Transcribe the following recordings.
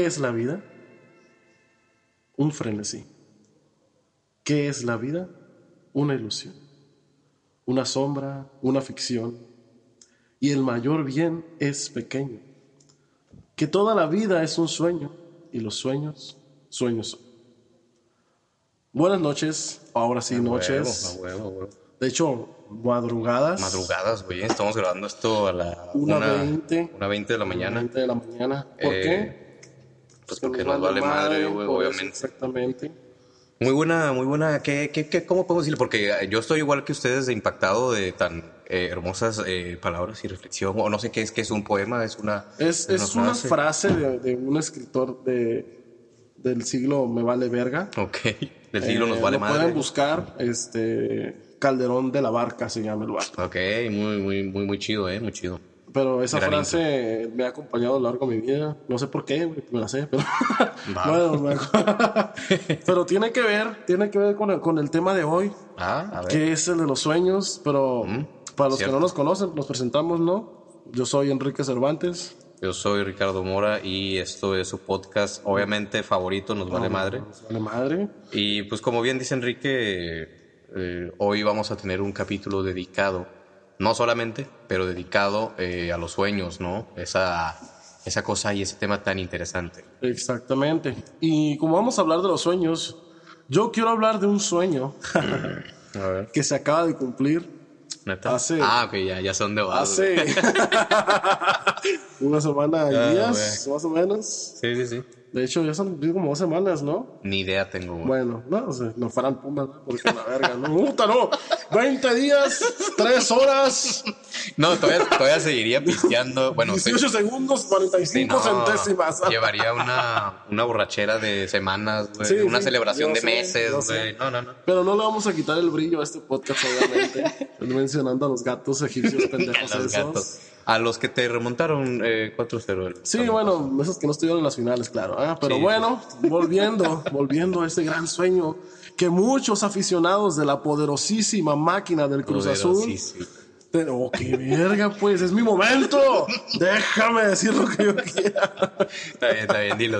¿Qué es la vida? Un frenesí. ¿Qué es la vida? Una ilusión, una sombra, una ficción. Y el mayor bien es pequeño. Que toda la vida es un sueño y los sueños, sueños son. Buenas noches, ahora sí, noches. A huevo. De hecho, madrugadas. Madrugadas, güey. Estamos grabando esto a la 1:20. 1:20 de la mañana. 1:20 de la mañana. ¿Por qué? Pues porque nos vale madre, güey, obviamente. Exactamente. Muy buena. ¿Cómo podemos decirle? Porque yo estoy igual que ustedes de impactado de tan hermosas palabras y reflexión. O no sé qué es un poema, es una... Es una frase de un escritor del siglo me vale verga. Ok, del siglo nos vale lo madre. pueden buscar, Calderón de la Barca se llama el vato. Ok, muy chido, muy chido. Pero esa Granito. frase me ha acompañado a lo largo de mi vida. No sé por qué, me la sé, pero bueno, pero tiene que ver con el tema de hoy, A ver. que es el de los sueños. Pero para los cierto. que no nos conocen, nos presentamos, ¿no? Yo soy Enrique Cervantes. Yo soy Ricardo Mora y esto es su podcast, obviamente favorito, Nos Vale Madre. Nos vale madre. Y pues como bien dice Enrique, hoy vamos a tener un capítulo dedicado, no solamente, pero dedicado a los sueños, ¿no? Esa cosa y ese tema tan interesante. Exactamente. Y como vamos a hablar de los sueños, yo quiero hablar de un sueño A ver. que se acaba de cumplir. ¿Neta? Hace- Ok, ya sé dónde vas. Hace una semana y días, güey. más o menos. Sí. De hecho, ya son como 2 semanas, ¿no? Ni idea tengo, güey. Bueno, no, o sea, no fueran Pumas, ¿no? Porque la verga, ¿no? ¡Puta, no! 20 días, 3 horas, No, todavía seguiría pisteando. Bueno, 18 segundos, 45 centésimas. Llevaría una borrachera de semanas, güey. Sí, una sí, celebración yo de sé, meses, yo sé. güey. No. Pero no le vamos a quitar el brillo a este podcast, obviamente. Mencionando a los gatos egipcios pendejos Los esos. gatos. A los que te remontaron 4-0. Sí, bueno, esos que no estuvieron en las finales, claro. Pero Sí. bueno, volviendo a ese gran sueño que muchos aficionados de la poderosísima máquina del Cruz Azul... Oh, qué verga, pues, es mi momento. Déjame decir lo que yo quiera. Está bien, dilo.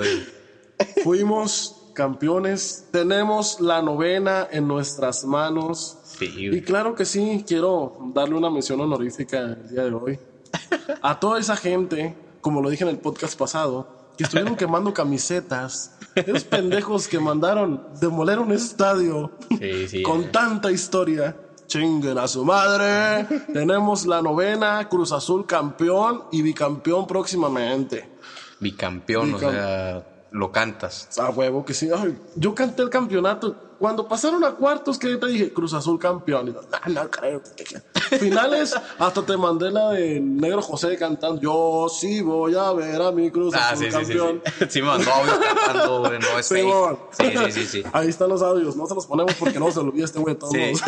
Fuimos campeones, tenemos la 9ª en nuestras manos. Sí, Y güey. claro que sí, quiero darle una mención honorífica el día de hoy a toda esa gente, como lo dije en el podcast pasado, que estuvieron quemando camisetas. Esos pendejos que mandaron demoler un estadio Sí. con tanta historia. Chinguen a su madre. Tenemos la 9ª, Cruz Azul campeón y bicampeón próximamente. Bicampeón, o sea, lo cantas. A huevo que sí. Ay, yo canté el campeonato. Cuando pasaron a cuartos, que te dije, Cruz Azul campeón. Y yo, no creo. Finales, hasta te mandé la de Negro José cantando. Yo sí voy a ver a mi Cruz Azul campeón. Sí, me mandó audio cantando, güey, no es fake. Sí. Ahí están los audios. No se los ponemos porque no se lo olvida este güey de todos modos.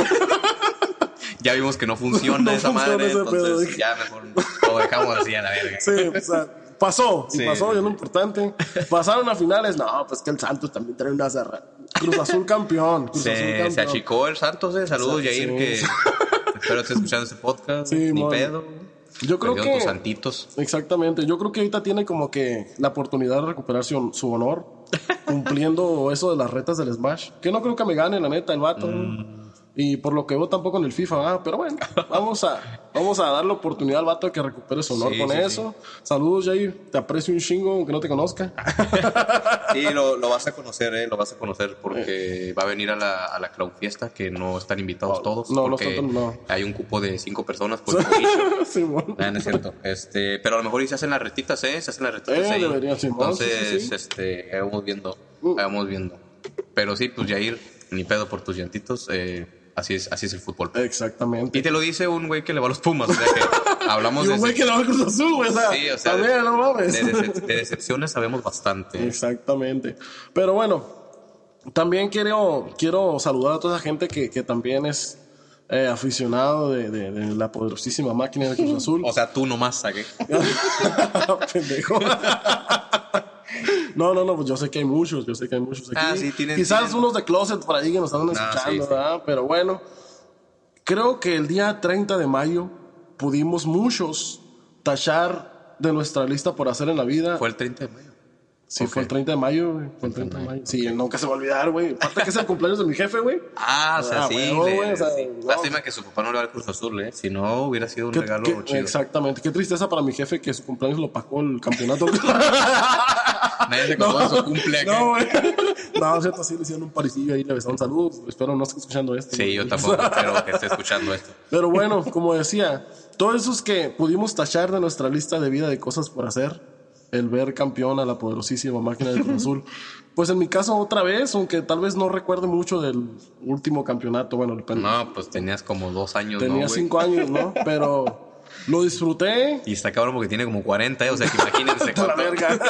Ya vimos que no funciona No esa funciona madre, ese pedo. entonces ya mejor lo dejamos así a la verga. Sí, o sea, pasó, y Sí. pasó, y es lo importante. Pasaron a finales, no, pues que el Santos también trae una zarra. Cruz Azul campeón. Cruz Azul campeón. Se achicó el Santos, Saludos, Sí. Yair, que espero estés escuchando este podcast. Sí, Ni mon. pedo. Yo creo Perdieron que... tus santitos. Exactamente, yo creo que ahorita tiene como que la oportunidad de recuperar su honor, cumpliendo eso de las retas del Smash. Que no creo que me gane, la neta, el vato. Y por lo que veo tampoco en el FIFA, ¿verdad? Pero bueno, vamos a darle oportunidad al vato de que recupere su honor Sí, con sí, eso. Saludos, Jair. Te aprecio un chingo, aunque no te conozca. Sí, lo vas a conocer, lo vas a conocer porque va a venir a la Cloud Fiesta, que no están invitados todos. No, porque no. hay un cupo de 5 personas por corillo. Simón. No es cierto. Pero a lo mejor y se hacen las retitas, Se hacen las retitas ahí. Debería, Simón. Entonces, Sí. vamos viendo. Pero sí, pues Jair, ni pedo por tus llantitos. Así es el fútbol. Exactamente. Y te lo dice un güey que le va a los Pumas. O sea que hablamos Y un güey que le va al Cruz Azul, güey. Sí, o sea, también, no mames. de decepciones sabemos bastante. Exactamente. Pero bueno, también quiero saludar a toda esa gente que también es aficionado de la poderosísima máquina de Cruz Azul. O sea, tú nomás, ¿sabes? Pendejo. No, pues yo sé que hay muchos aquí. Sí, Quizás tienen. unos de closet por ahí que nos están escuchando, sí. ¿verdad? Pero bueno, creo que el día 30 de mayo pudimos muchos tachar de nuestra lista por hacer en la vida. Fue el 30 de mayo. Sí, Ok. fue el 30 de mayo, güey. Fue el 30 de mayo. Sí, nunca se va a olvidar, güey. Aparte que es el cumpleaños de mi jefe, güey. O sea, sí. Huevo, güey, o sea, Sí. no. Lástima que su papá no le va al Cruz Azul, ¿eh? Si no, hubiera sido un regalo chido. Exactamente. Qué tristeza para mi jefe que su cumpleaños lo pagó el campeonato. Nadie se acordó de su cumple acá. No, güey. No, cierto, sí le hicieron un parecillo ahí, le besaron salud. Espero no esté escuchando esto. Sí, güey. yo tampoco espero que esté escuchando esto. Pero bueno, como decía, todos esos que pudimos tachar de nuestra lista de vida de cosas por hacer, el ver campeón a la poderosísima máquina de Cruz Azul, pues en mi caso otra vez, aunque tal vez no recuerde mucho del último campeonato, bueno, No, pues tenías como 2 años, tenía ¿no, güey? 5 años, ¿no? Pero lo disfruté. Y está cabrón porque tiene como 40, ¿eh? O sea, que imagínense De la cuánto. verga.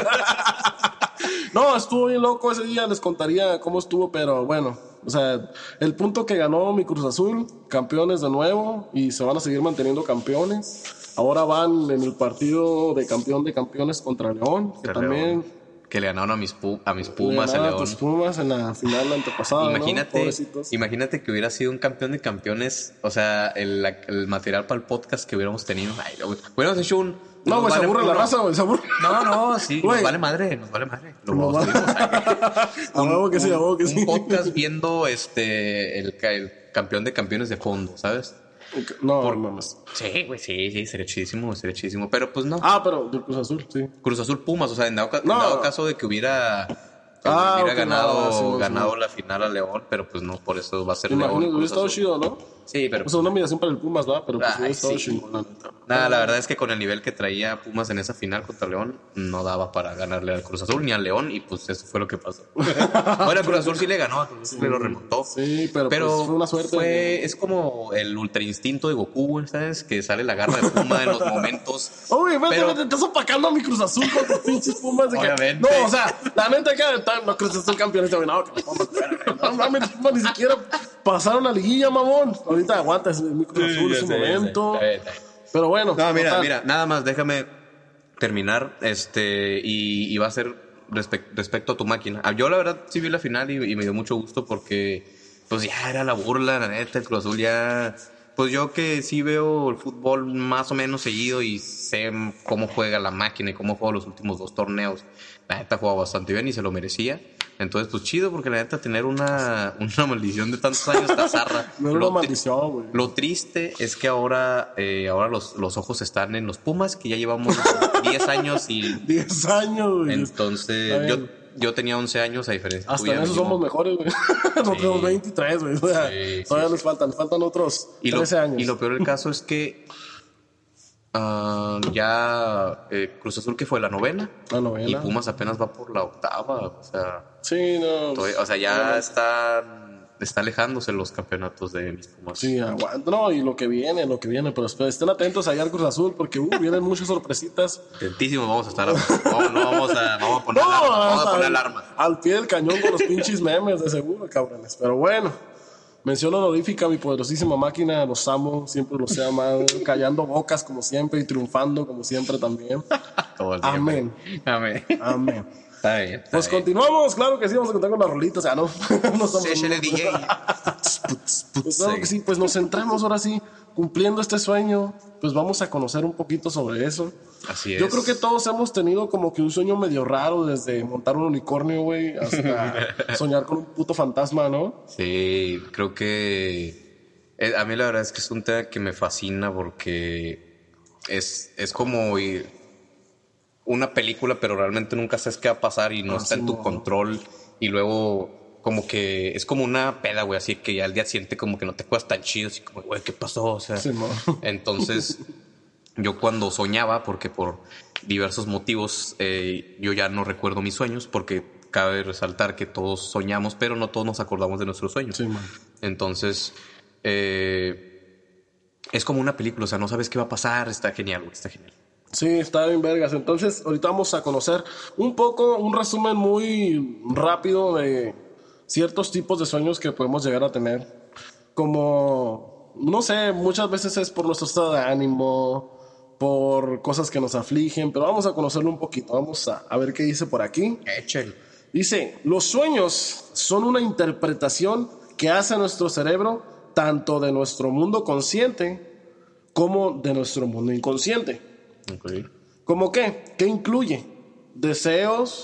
No, estuvo bien loco ese día, les contaría cómo estuvo, pero bueno, o sea, el punto que ganó mi Cruz Azul, campeones de nuevo, y se van a seguir manteniendo campeones. Ahora van en el partido de campeón de campeones contra León, que también Que le ganaron a mis Pumas, a le León. ganaron a tus Pumas en la final antepasada, ¿no? Imagínate, Pobrecitos. imagínate que hubiera sido un campeón de campeones, o sea, el material para el podcast que hubiéramos tenido. Ay, hubiéramos hecho un... No, nos güey, se vale aburre la puro- raza, güey, se aburre. No, sí, Güey. nos vale madre, nos vale madre. Lo Nos vale- subimos. A huevo que sí, a huevo que sí. Un podcast viendo el campeón de campeones de fondo, ¿sabes? No, mames. Sí, güey, sí, sería chidísimo, pero pues no. Pero del Cruz Azul, sí. Cruz Azul Pumas, o sea, en dado No. caso de que hubiera Ok, ganado, no, sí, ganado sí. la final a León, pero pues no, por eso va a ser Imagino que León. hubiera Cruz estado Azul. chido, ¿no? Sí, pero O sea, una admiración para el Pumas, ¿verdad? Pero pues Ay, hubiera estado sí. chingón, la neta. nada, la verdad es que con el nivel que traía Pumas en esa final contra León, no daba para ganarle al Cruz Azul ni al León, y pues eso fue lo que pasó. Bueno, el Cruz Azul sí le ganó, el Cruz Azul le lo remontó. Sí, pero pues, fue una suerte. Es como el ultra instinto de Goku, güey, ¿sabes? Que sale la garra de Puma en los momentos. Oh, güey, Pero- te estás opacando a mi Cruz Azul con tus pinches Pumas. De que, Obviamente. no, o sea, la neta que no Cruz Azul campeón este güey. No, que no mames, Pumas ni siquiera pasaron a liguilla, mamón. Ahorita aguanta, es mi Cruz Azul, es su momento. Está bien. Pero bueno. No, total. mira, nada más, déjame terminar, y va a ser respecto a tu máquina. Yo la verdad sí vi la final y me dio mucho gusto porque pues ya era la burla, la neta, el Cruz Azul ya... Pues yo que sí veo el fútbol más o menos seguido y sé cómo juega la máquina y cómo juega los últimos 2 torneos, la neta jugaba bastante bien y se lo merecía. Entonces, pues chido, porque la neta tener una maldición de tantos años está zarra. No era Lo una tri- maldición, güey. Lo triste es que ahora los ojos están en los Pumas, que ya llevamos 10 años y 10 años, güey. entonces Está bien. yo tenía 11 años a diferencia Hasta tuya, en eso mínimo. somos mejores, güey. Nosotros tenemos 23, güey. O sea, Sí, todavía nos faltan otros Y 13 años. y lo peor del caso es que Cruz Azul, que fue la novena, La novena. y Pumas apenas va por la 8ª, o sea, Sí, no. ya está alejándose los campeonatos de mis Pumas. Sí, aguanta. No, y lo que viene. Pero estén atentos allá al Cruz Azul porque vienen muchas sorpresitas. Atentísimos vamos a estar. Vamos a poner No, alarma. Vamos a hasta poner alarma. al pie del cañón con los pinches memes, de seguro, cabrones. Pero bueno, mención honorífica a mi poderosísima máquina. Los amo, siempre los he amado. Callando bocas como siempre y triunfando como siempre también. Todo el tiempo. Amén. Amén. Amén. Está bien. Pues continuamos, claro que sí, vamos a contar con la rolita, o sea, no, no estamos... Échale DJ. Pues claro que sí, pues nos centramos ahora sí, cumpliendo este sueño, pues vamos a conocer un poquito sobre eso. Así es. Yo creo que todos hemos tenido como que un sueño medio raro, desde montar un unicornio, güey, hasta soñar con un puto fantasma, ¿no? Sí, creo que a mí la verdad es que es un tema que me fascina porque es como una película, pero realmente nunca sabes qué va a pasar y no está en tu control. Y luego como que es como una peda, güey, así que al día siguiente como que no te acuerdas tan chido, así como, güey, ¿qué pasó? O sea, Sí, no. entonces yo cuando soñaba, porque por diversos motivos yo ya no recuerdo mis sueños, porque cabe resaltar que todos soñamos, pero no todos nos acordamos de nuestros sueños. Sí, man. Entonces, es como una película, o sea, no sabes qué va a pasar, está genial, güey, está genial. Sí, está bien vergas. Entonces, ahorita vamos a conocer un resumen muy rápido de ciertos tipos de sueños que podemos llegar a tener. Como, no sé, muchas veces es por nuestro estado de ánimo, por cosas que nos afligen, pero vamos a conocerlo un poquito. Vamos a ver qué dice por aquí. Échale. Dice, los sueños son una interpretación que hace nuestro cerebro tanto de nuestro mundo consciente como de nuestro mundo inconsciente. Okay. ¿Cómo qué? ¿Qué incluye? Deseos,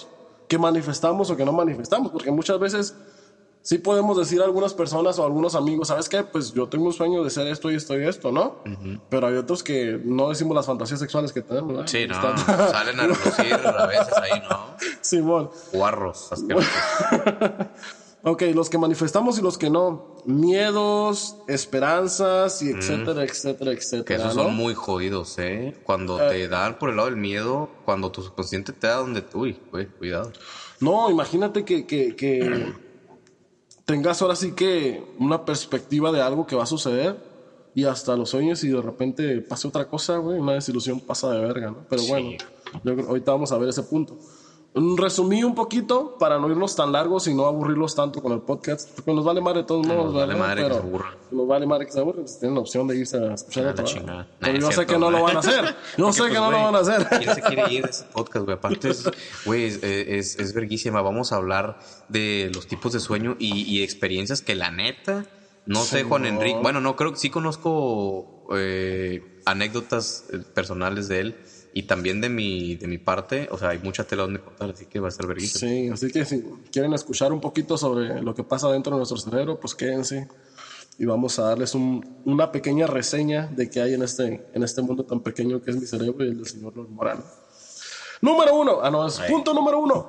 que manifestamos o que no manifestamos, porque muchas veces sí podemos decir a algunas personas o a algunos amigos, ¿sabes qué? Pues yo tengo un sueño de ser esto y esto y esto, ¿no? Pero hay otros que no decimos las fantasías sexuales que tenemos, ¿no? Sí, no, salen a relucir a veces ahí, ¿no? Simón. Guarros, asquerosos. Ok, los que manifestamos y los que no. Miedos, esperanzas y etcétera, etcétera, etcétera. Que esos ¿no? son muy jodidos, ¿eh? Cuando te dan por el lado del miedo, cuando tu subconsciente te da donde... Uy, güey, cuidado. No, imagínate que tengas ahora sí que una perspectiva de algo que va a suceder y hasta los sueños y de repente pase otra cosa, güey, una desilusión pasa de verga, ¿no? Pero bueno, ahorita vamos a ver ese punto. Resumí un poquito para no irnos tan largos y no aburrirlos tanto con el podcast, porque nos vale madre de todos modos, Nos vale ¿verdad? madre que se aburran. Nos vale madre que se aburran, pues tienen la opción de irse a escuchar La otra. chingada. Pero Nah, yo es sé cierto, que no lo güey. van a hacer. Yo sé Porque, que pues, no lo güey, van a hacer. ¿Quién se quiere ir de ese podcast, güey? Aparte, güey, es verguísima. Vamos a hablar de los tipos de sueño y experiencias que la neta... No sé, Juan no. Enrique. Bueno, no, creo que sí conozco anécdotas personales de él. Y también de mi parte, o sea, hay mucha tela donde contar, así que va a ser verguísima. Sí, así que si quieren escuchar un poquito sobre lo que pasa dentro de nuestro cerebro, pues quédense y vamos a darles una pequeña reseña de qué hay en este mundo tan pequeño que es mi cerebro y el del señor Lord Morano. Número 1, es punto número 1.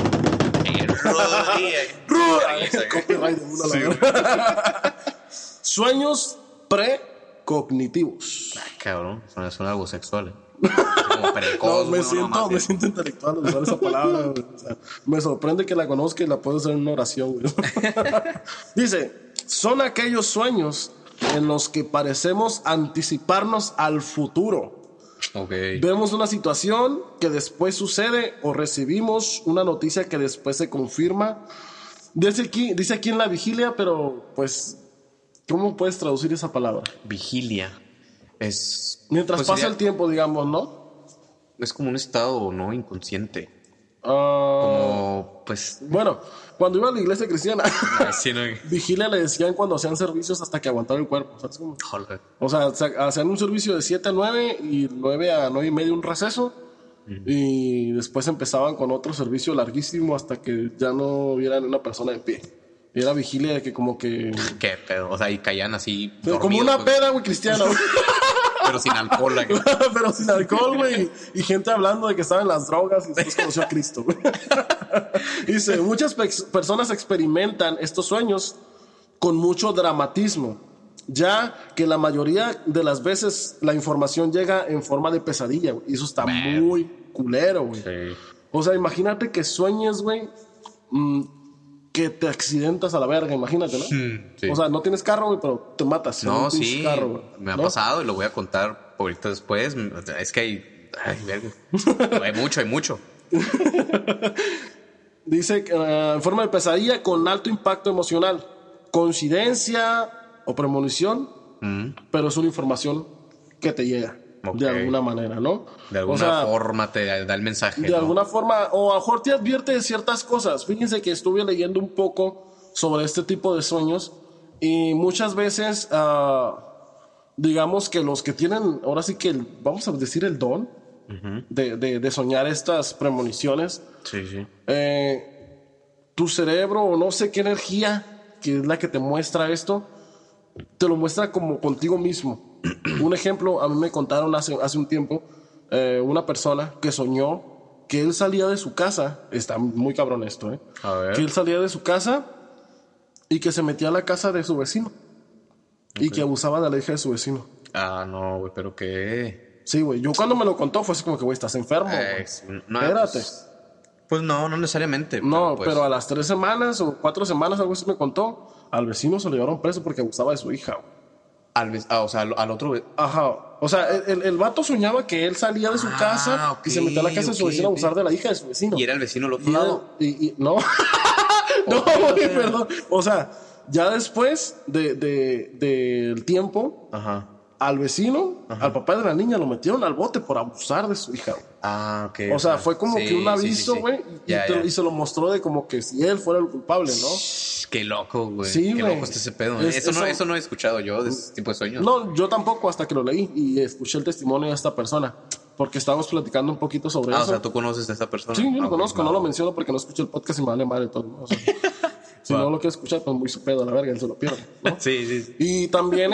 Copyright de uno, la verdad. Sueños precognitivos. Ay, cabrón, suena algo sexual, Como precoz, No, güey, me siento intelectual al usar esa palabra, güey. O sea, me sorprende que la conozca y la puedo hacer en una oración, güey. Dice, son aquellos sueños en los que parecemos anticiparnos al futuro. Ok. Vemos una situación que después sucede o recibimos una noticia que después se confirma. Dice aquí en la vigilia, pero pues, ¿cómo puedes traducir esa palabra? Vigilia. Es... Mientras pues, pasa sería- el tiempo, digamos, ¿no? Es como un estado, ¿no? Inconsciente. Ah, Como, pues... bueno, cuando iba a la iglesia cristiana, Sí, no... vigilia le decían cuando hacían servicios hasta que aguantara el cuerpo, ¿sabes cómo? Joder. O sea, hacían un servicio de 7 a 9 y 9 a 9 y medio un receso. Y después empezaban con otro servicio larguísimo hasta que ya no vieran una persona de pie. Y era vigilia de que como que... Qué pedo. O sea, y caían así... como dormidos, una pues, peda, güey, cristiana, güey. pero sin alcohol. Like. Pero sin alcohol, güey. Y gente hablando de que estaban en las drogas y después conoció a Cristo, güey. Dice, muchas personas experimentan estos sueños con mucho dramatismo, ya que la mayoría de las veces la información llega en forma de pesadilla, güey. Y eso está muy culero, güey. Sí. O sea, imagínate que sueñes, güey, que te accidentas a la verga, imagínate, ¿no? Sí. O sea, no tienes carro, güey, pero te matas. en No, un pinche sí, carro, güey, me ha ¿no? pasado y lo voy a contar ahorita después. Es que hay verga. hay mucho. Dice que, en forma de pesadilla con alto impacto emocional. Coincidencia o premonición, pero es una información que te llega Ok. de alguna manera, ¿no? De alguna O sea, forma te da el mensaje. de ¿no? alguna forma, o a lo mejor te advierte de ciertas cosas. Fíjense que estuve leyendo un poco sobre este tipo de sueños y muchas veces, digamos que los que tienen, ahora sí que, vamos a decir el don de soñar estas premoniciones, Sí, sí. tu cerebro o no sé qué energía que es la que te muestra esto, te lo muestra como contigo mismo. Un ejemplo, a mí me contaron hace un tiempo una persona que soñó que él salía de su casa, está muy cabrón esto, A ver. que él salía de su casa y que se metía a la casa de su vecino y que abusaba de la hija de su vecino. Ah, no, güey, pero qué. Sí, güey, yo cuando me lo contó fue así como que, güey, estás enfermo, güey. No, Espérate. Pues no necesariamente. No, pues, pero a las 3 semanas o 4 semanas, algo así me contó, al vecino se lo llevaron preso porque abusaba de su hija, güey. o sea, al otro. Ajá. O sea, el vato soñaba que él salía de su casa ok, y se metía a la casa de su ok, vecino a abusar ok. de la hija de su vecino. Y era el vecino al otro Y lado. no. No, güey, perdón. O sea, ya después del tiempo, Ajá. al vecino, al papá de la niña, lo metieron al bote por abusar de su hija, güey. Ah, ok. O sea, fue como sí, que un sí, aviso, sí, sí. güey, Ya. y se lo mostró de como que si él fuera el culpable, ¿no? Qué loco, güey. Sí, Qué güey. loco está ese pedo. Es- Eso no he escuchado yo de ese tipo de sueños. No, yo tampoco hasta que lo leí y escuché el testimonio de esta persona. porque estábamos platicando un poquito sobre eso. O sea, ¿tú conoces a esta persona? Sí, yo lo Ok, conozco, va. no lo menciono porque no escucho el podcast y me vale madre todo, ¿no? O sea, si no lo quiere escuchar, pues muy su pedo, a la verga, él se lo pierde, ¿no? Sí. Y también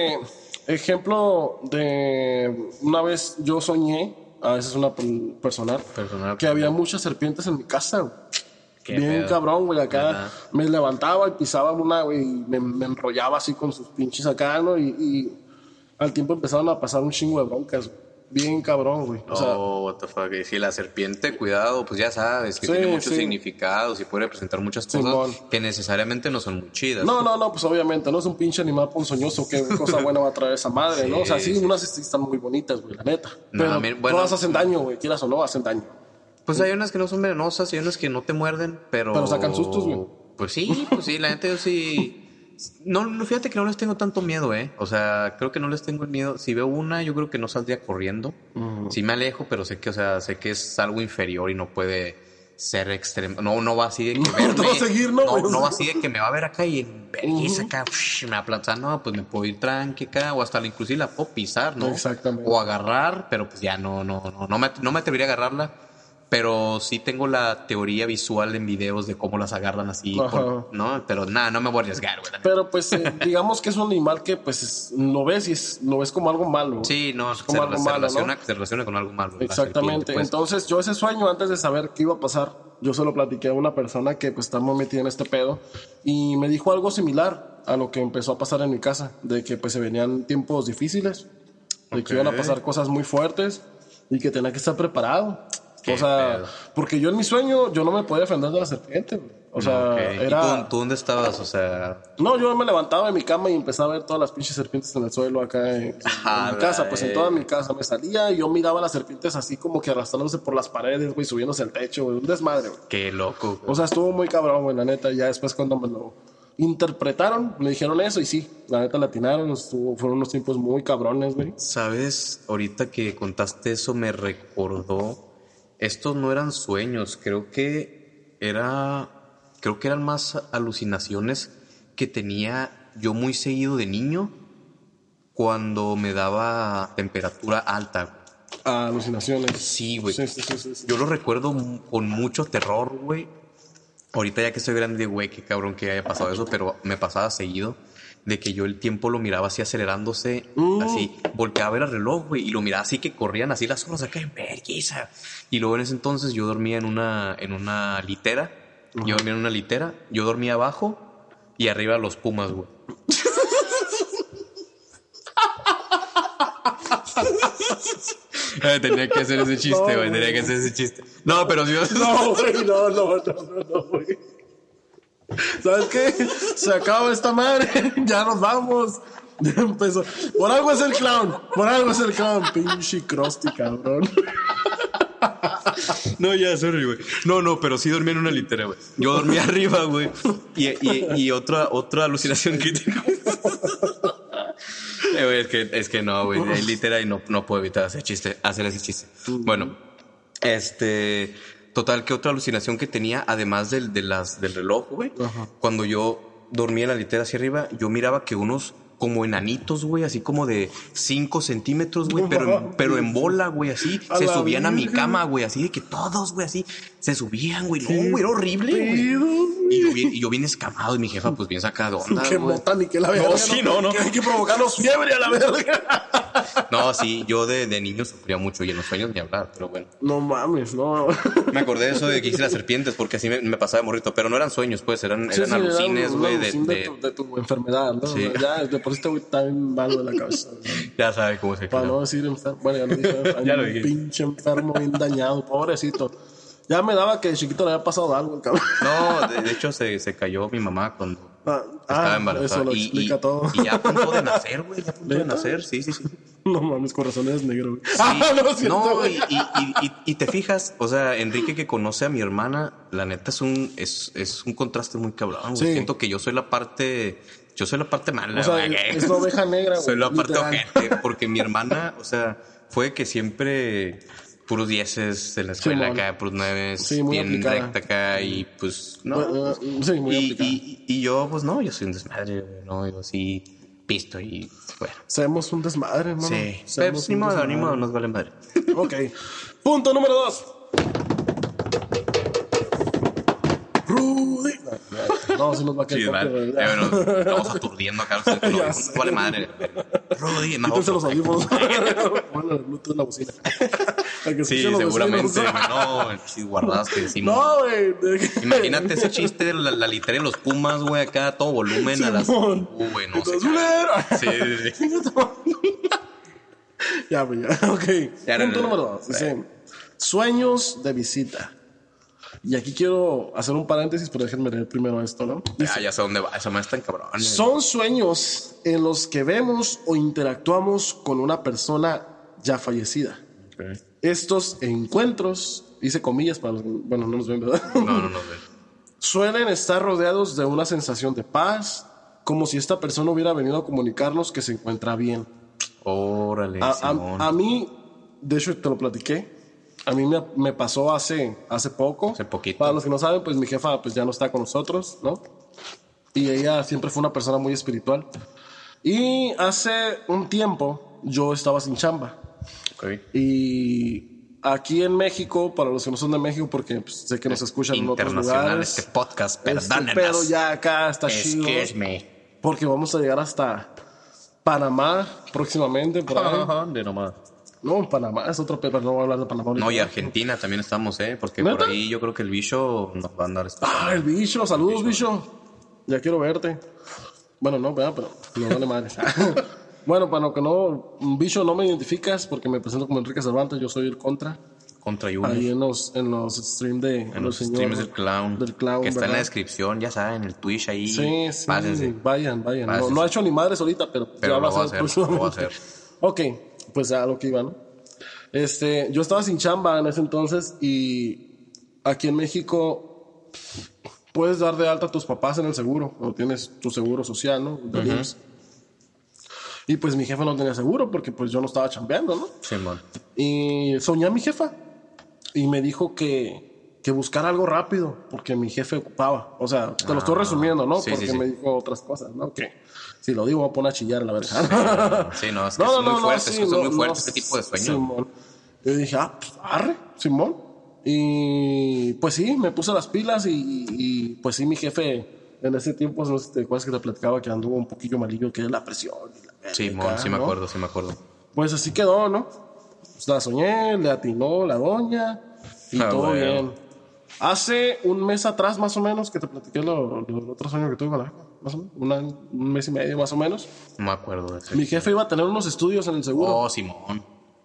ejemplo de una vez yo soñé, a veces una personal, que había muchas serpientes en mi casa, güey. Qué Bien pedo. cabrón, güey, acá Ajá. me levantaba y pisaba una, güey, y me enrollaba así con sus pinches acá, ¿no? Y al tiempo empezaron a pasar un chingo de broncas, güey. Bien cabrón, güey. O sea, What the fuck. Y si la serpiente, cuidado, pues ya sabes que Sí, tiene muchos sí. significados y puede representar muchas cosas Simón. que necesariamente no son muy chidas. no, pues obviamente, no es un pinche animal ponzoñoso, qué cosa buena va a traer esa madre, ¿no? O sea, sí, unas sí están muy bonitas, güey, la neta. No, Pero a mí- bueno, todas hacen daño, güey, quieras o no, hacen daño. Pues hay unas que no son venenosas y hay unas que no te muerden, pero... Pero sacan sustos, güey. Pues sí, la neta yo sí... No, fíjate que no les tengo tanto miedo, ¿eh? O sea, creo que no les tengo el miedo. Si veo una, yo creo que no saldría corriendo. Sí me alejo, pero sé que es algo inferior y no puede ser extremo. No va así de que verme. No va a seguir, ¿no, güey? No va así de que me va a ver acá y en vergüenza acá, me va a plantar. No, pues me puedo ir tranqui acá, o hasta inclusive la puedo pisar, ¿no? Exactamente. O agarrar, pero pues ya no me atrevería a agarrarla. Pero sí tengo la teoría visual en videos de cómo las agarran así, Ajá. ¿no? Pero nada, no me voy a arriesgar, güey. Pero pues digamos que es un animal que pues lo ves y lo ves como algo malo. Sí, no, es como algo malo, ¿no? se relaciona con algo malo. la Exactamente. serpiente, pues. Entonces, yo ese sueño, antes de saber qué iba a pasar, yo se lo platiqué a una persona que pues está muy metida en este pedo y me dijo algo similar a lo que empezó a pasar en mi casa, de que pues se venían tiempos difíciles, de que iban a pasar cosas muy fuertes y que tenía que estar preparado. Qué O sea, pedo. porque yo en mi sueño, yo no me podía defender de la serpiente, güey. O sea, Ok. era... ¿Y tú dónde estabas? O sea, No, yo me levantaba de mi cama y empezaba a ver todas las pinches serpientes en el suelo acá en A mi casa, la pues en toda mi casa me salía y yo miraba las serpientes así como que arrastrándose por las paredes, güey, subiéndose al techo, güey, un desmadre, güey. qué loco. O sea, estuvo muy cabrón, güey, la neta, ya después cuando me lo interpretaron, me dijeron eso y sí, la neta la atinaron, fueron unos tiempos muy cabrones, güey. ¿Sabes? Ahorita que contaste eso me recordó. Estos no eran sueños, creo que eran más alucinaciones que tenía yo muy seguido de niño cuando me daba temperatura alta. Alucinaciones. Sí, güey. Sí. Yo lo recuerdo con mucho terror, güey. Ahorita ya que estoy grande, güey, qué cabrón que haya pasado eso, pero me pasaba seguido de que yo el tiempo lo miraba así acelerándose, así, volteaba a ver el reloj, güey, y lo miraba así que corrían así las horas acá en vergüenza. Y luego en ese entonces yo dormía en una litera, yo dormía abajo y arriba los pumas, güey. Tenía que hacer ese chiste, güey, tenía que hacer ese chiste. No, pero si No, güey, no, güey. ¿Sabes qué? Se acaba esta madre, ya nos vamos. Ya empezó. Por algo es el clown, pinche Krusty, cabrón. No, ya, sorry, güey. No, pero sí dormía en una litera, güey. Yo dormía arriba, güey. Y otra alucinación que tengo. Güey, es que no, güey. Hay litera y no puedo evitar hacer ese chiste. Bueno, total, que otra alucinación que tenía, además del reloj, güey. Cuando yo dormía en la litera hacia arriba, yo miraba que unos como enanitos, güey, así como de 5 centímetros, güey, pero en bola, güey, así, se subían a mi cama, güey, así de que todos, güey, así, se subían, güey, no, güey, era horrible, güey. Y yo bien escamado, y mi jefa, pues, bien sacada de onda, Qué güey. mota ni que la verga. No, sí, no. Que hay que provocarnos fiebre a la verga. No, sí, yo de niño sufría mucho, y en los sueños ni hablar, pero bueno. No mames, no. Me acordé de eso de que hice las serpientes, porque así me pasaba de morrito, pero no eran sueños, pues, eran alucines, güey, de tu enfermedad, ¿no? Sí. Ya, de por este güey está bien malo de la cabeza. ¿No? Ya sabes cómo se Para queda. no decir enfermo. Bueno, ya lo dije. Ya lo Un dijiste. pinche enfermo, bien dañado, pobrecito. Ya me daba que de chiquito le había pasado algo, el cabrón. No, de hecho se cayó mi mamá cuando estaba embarazada. Eso lo explica todo. Y ya a punto de nacer, güey. Ya a punto de nacer, sí. No mames, corazón es negro, güey. Sí. No, es cierto, No, güey. y te fijas, o sea, Enrique que conoce a mi hermana, la neta es un contraste muy cabrón, güey. Sí. Siento que yo soy la parte mala, O sea, güey. es la oveja negra, güey. Soy la parte literal. ojete, porque mi hermana, o sea, fue que siempre puros dieces en la escuela Simón. acá, puros nueves, Sí, muy bien aplicada. recta acá, y pues, no. Bueno, sí, muy aplicada. Y yo, pues no, yo soy un desmadre, ¿no? Yo sí pisto y bueno. Seamos un desmadre, ¿no? Sí, pero Seamos ni un modo, desmadre. nos vale madre. Ok. Punto número 2. Rudy. No, si nos va a quedar. Sí, vale. Bueno, estamos aturdiendo acá. No vale madre. Rudy, no. Quítense los audífonos. Bueno, el Bluetooth en la bocina. Sí, seguramente. No, sí, guardadas que decimos. No, güey. Imagínate ese chiste de la litera de los Pumas, güey, acá a todo volumen a las. Güey, no sé. Sí. Ya, güey, ya. Ok. Punto número 2. Dice: sueños de visita. Y aquí quiero hacer un paréntesis, pero déjenme leer primero esto, ¿no? Dice, Ya sé dónde va. Eso me está en cabrón. son sueños en los que vemos o interactuamos con una persona ya fallecida. Okay. Estos encuentros, hice comillas para los que, bueno, no nos ven, ¿verdad? No ven. Suelen estar rodeados de una sensación de paz, como si esta persona hubiera venido a comunicarnos que se encuentra bien. Órale, a mí, de hecho, te lo platiqué. A mí me pasó hace poco. Hace poquito. Para los que no saben, pues mi jefa pues ya no está con nosotros, ¿no? Y ella siempre fue una persona muy espiritual. Y hace un tiempo yo estaba sin chamba. Okay. Y aquí en México, para los que no son de México, porque pues, sé que nos escuchan en otros lugares. Este podcast, perdónenos. Pero ya acá está chido. Porque vamos a llegar hasta Panamá próximamente. Por ahí. De nomás. No, Panamá es otro pero no voy a hablar de Panamá. No, y Argentina también estamos, porque ¿neta? por ahí yo creo que el bicho nos va a andar. El bicho, saludos, bicho. Ya quiero verte. Bueno, no, ¿verdad? Pero no vale madre. Bueno, para lo que no, bicho, no me identificas porque me presento como Enrique Cervantes, yo soy el Contra Junior. Ahí en los streams streams del clown. Que está ¿verdad? en la descripción, ya saben, el Twitch ahí. Sí, pásense. Vayan. No ha hecho ni madres ahorita, pero ya lo va va a hacer. Lo va a hacer. Ok, pues a lo que iba, ¿no? Yo estaba sin chamba en ese entonces y aquí en México puedes dar de alta a tus papás en el seguro, o tienes tu seguro social, ¿no? De IMSS. Y pues mi jefa no tenía seguro porque pues yo no estaba chambeando, ¿no? Sí, man. Y soñé a mi jefa y me dijo que buscara algo rápido porque mi jefe ocupaba. O sea, te lo estoy resumiendo, ¿no? Sí, porque sí. me dijo otras cosas, ¿no? Que si lo digo voy a poner a chillar, la verdad. Sí, no, es que son muy fuertes, son muy fuertes este tipo de sueños. Simón. Yo dije, pues arre, Simón. Y pues sí, me puse las pilas y pues sí, mi jefe en ese tiempo, no sé si te acuerdas que te platicaba que anduvo un poquillo malillo, que es la presión. Y la verga, Simón, sí me ¿no? acuerdo. Pues así quedó, ¿no? Pues la soñé, le atinó la doña y todo bien. Hace un mes atrás, más o menos, que te platiqué los otros sueños que tuve con la jefa, más o menos, un mes y medio, más o menos. No me acuerdo de eso. Mi jefe iba a tener unos estudios en el seguro. Oh, Simón.